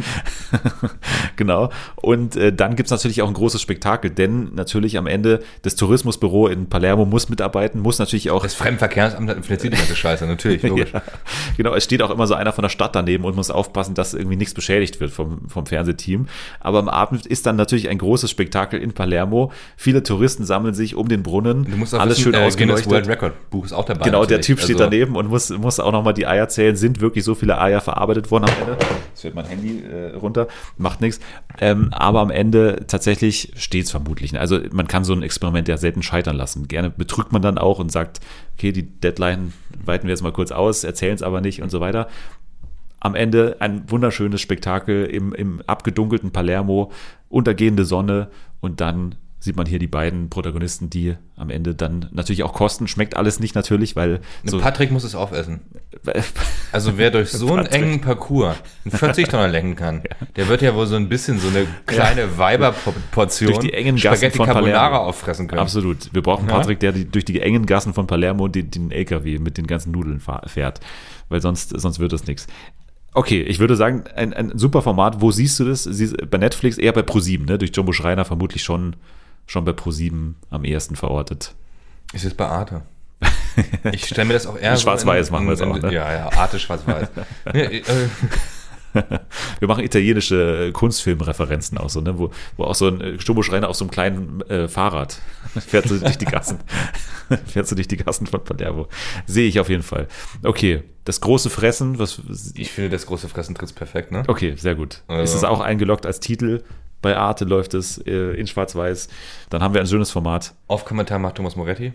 Genau. Und äh, dann gibt es natürlich auch ein großes Spektakel, denn natürlich am Ende das Tourismusbüro in Palermo muss mitarbeiten, muss natürlich auch. Das Fremdenverkehrsamt finanziert die ganze Scheiße, natürlich, logisch. Ja, genau, es steht auch immer so einer von der Stadt daneben und muss aufpassen, dass irgendwie nichts beschädigt wird vom, vom Fernsehteam. Aber am Abend ist dann natürlich ein großes Spektakel in Palermo. Viele Touristen sammeln sich um den Brunnen. Du musst auch alles wissen, schön äh, ausgeleuchtet. Guinness World Record Buch ist auch dabei. Genau, der natürlich. Typ steht Also, daneben und muss, muss auch nochmal die Eier zählen. Sind wirklich so viele Eier verarbeitet worden am Ende? Jetzt wird mein Handy äh, runter, macht nichts. Ähm, aber am Ende tatsächlich steht es vermutlich. Also man kann so ein Experiment ja selten scheitern lassen. Gerne betrügt man dann auch und sagt, okay, die Deadline weiten wir jetzt mal kurz aus, erzählen es aber nicht und so weiter. Am Ende ein wunderschönes Spektakel im, im abgedunkelten Palermo, untergehende Sonne und dann sieht man hier die beiden Protagonisten, die am Ende dann natürlich auch kosten. Schmeckt alles nicht natürlich, weil so Patrick muss es aufessen. Also wer durch so einen Patrick. engen Parcours einen vierzig Tonner lenken kann, der wird ja wohl so ein bisschen so eine kleine Weiberportion Durch die engen Gassen Spaghetti von Carbonara Palermo. auffressen können. Absolut. Wir brauchen Ja. Patrick, der die, durch die engen Gassen von Palermo den, den L K W mit den ganzen Nudeln fahr, fährt, weil sonst, sonst wird das nichts. Okay, ich würde sagen, ein, ein super Format. Wo siehst du das? Siehst, bei Netflix, eher bei ProSieben, ne? Durch Jumbo Schreiner vermutlich schon, schon bei ProSieben am ehersten verortet. Ist jetzt bei Arte. Ich stelle mir das auch eher In so Schwarz-Weiß in- machen wir es in- auch, ne? Ja, ja, Arte schwarz-weiß. Nee, äh, Wir machen italienische Kunstfilmreferenzen auch so, ne? Wo, wo auch so ein Jumbo Schreiner auf so einem kleinen äh, Fahrrad fährt so durch die Gassen. fährt so durch die Gassen von Palermo. Sehe ich auf jeden Fall. Okay, das große Fressen, was. ich finde, das große Fressen trifft perfekt, ne? Okay, sehr gut. Also- Ist es auch eingeloggt als Titel? Bei Arte läuft es äh, in Schwarz-Weiß. Dann haben wir ein schönes Format. Auf Kommentar macht Thomas Moretti.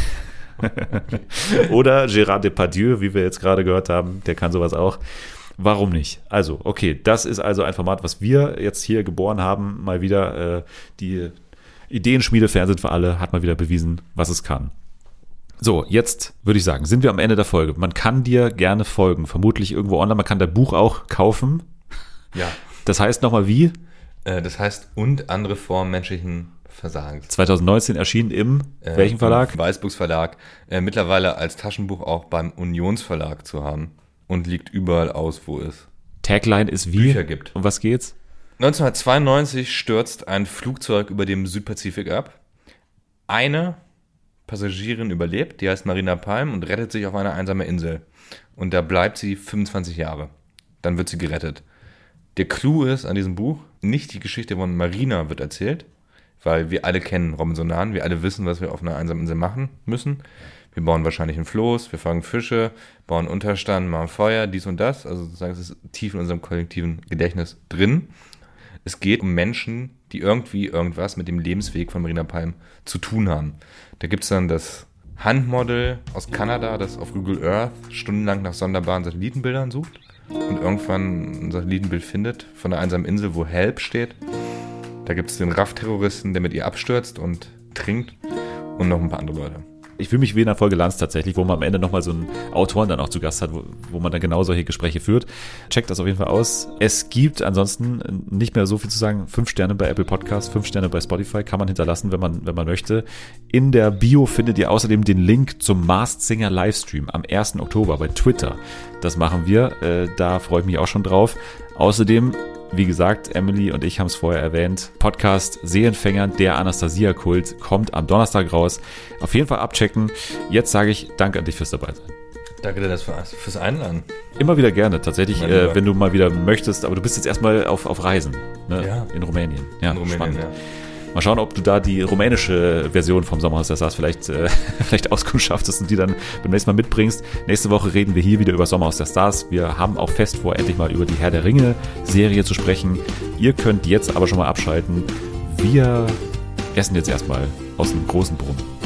Oder Gérard Depardieu, wie wir jetzt gerade gehört haben, der kann sowas auch. Warum nicht? Also, okay, das ist also ein Format, was wir jetzt hier geboren haben. Mal wieder äh, die Ideenschmiede Fernsehen für alle hat mal wieder bewiesen, was es kann. So, jetzt würde ich sagen, sind wir am Ende der Folge. Man kann dir gerne folgen, vermutlich irgendwo online. Man kann dein Buch auch kaufen. Ja. Das heißt nochmal wie? Äh, das heißt, und andere Formen menschlichen Versagens. zwanzig neunzehn erschienen im Äh, welchen Verlag? Im Weißbuchs Verlag. Äh, mittlerweile als Taschenbuch auch beim Unionsverlag zu haben. Und liegt überall aus, wo es Tagline ist wie? Bücher gibt. Um was geht's? neunzehnhundertzweiundneunzig stürzt ein Flugzeug über dem Südpazifik ab. Eine Passagierin überlebt, die heißt Marina Palm und rettet sich auf eine einsame Insel. Und da bleibt sie fünfundzwanzig Jahre. Dann wird sie gerettet. Der Clou ist an diesem Buch, nicht die Geschichte von Marina wird erzählt, weil wir alle kennen Robinsonaden, wir alle wissen, was wir auf einer einsamen Insel machen müssen. Wir bauen wahrscheinlich ein Floß, wir fangen Fische, bauen Unterstand, machen Feuer, dies und das. Also sozusagen, es ist tief in unserem kollektiven Gedächtnis drin. Es geht um Menschen, die irgendwie irgendwas mit dem Lebensweg von Marina Palm zu tun haben. Da gibt es dann das Handmodel aus Kanada, das auf Google Earth stundenlang nach sonderbaren Satellitenbildern sucht und irgendwann ein Satellitenbild findet von einer einsamen Insel, wo Help steht. Da gibt es den R A F-Terroristen, der mit ihr abstürzt und trinkt und noch ein paar andere Leute. Ich fühle mich wie in der Folge Lanz tatsächlich, wo man am Ende nochmal so einen Autoren dann auch zu Gast hat, wo, wo man dann genau solche Gespräche führt. Checkt das auf jeden Fall aus. Es gibt ansonsten nicht mehr so viel zu sagen. Fünf Sterne bei Apple Podcasts, fünf Sterne bei Spotify kann man hinterlassen, wenn man, wenn man möchte. In der Bio findet ihr außerdem den Link zum Masked Singer Livestream am ersten Oktober bei Twitter. Das machen wir. Äh, da freue ich mich auch schon drauf. Außerdem, wie gesagt, Emily und ich haben es vorher erwähnt, Podcast Seelenfängern, der Anastasia-Kult, kommt am Donnerstag raus. Auf jeden Fall abchecken. Jetzt sage ich Danke an dich fürs dabei sein. Danke dir das für, fürs Einladen. Immer wieder gerne, tatsächlich, äh, wenn du mal wieder möchtest. Aber du bist jetzt erstmal auf, auf Reisen, ne? Ja. In Rumänien. Ja, In Rumänien, spannend. ja. Mal schauen, ob du da die rumänische Version vom Sommerhaus der Stars vielleicht, äh, vielleicht auskundschaftest und die dann beim nächsten Mal mitbringst. Nächste Woche reden wir hier wieder über Sommerhaus der Stars. Wir haben auch fest vor, endlich mal über die Herr der Ringe-Serie zu sprechen. Ihr könnt jetzt aber schon mal abschalten. Wir essen jetzt erstmal aus dem großen Brunnen.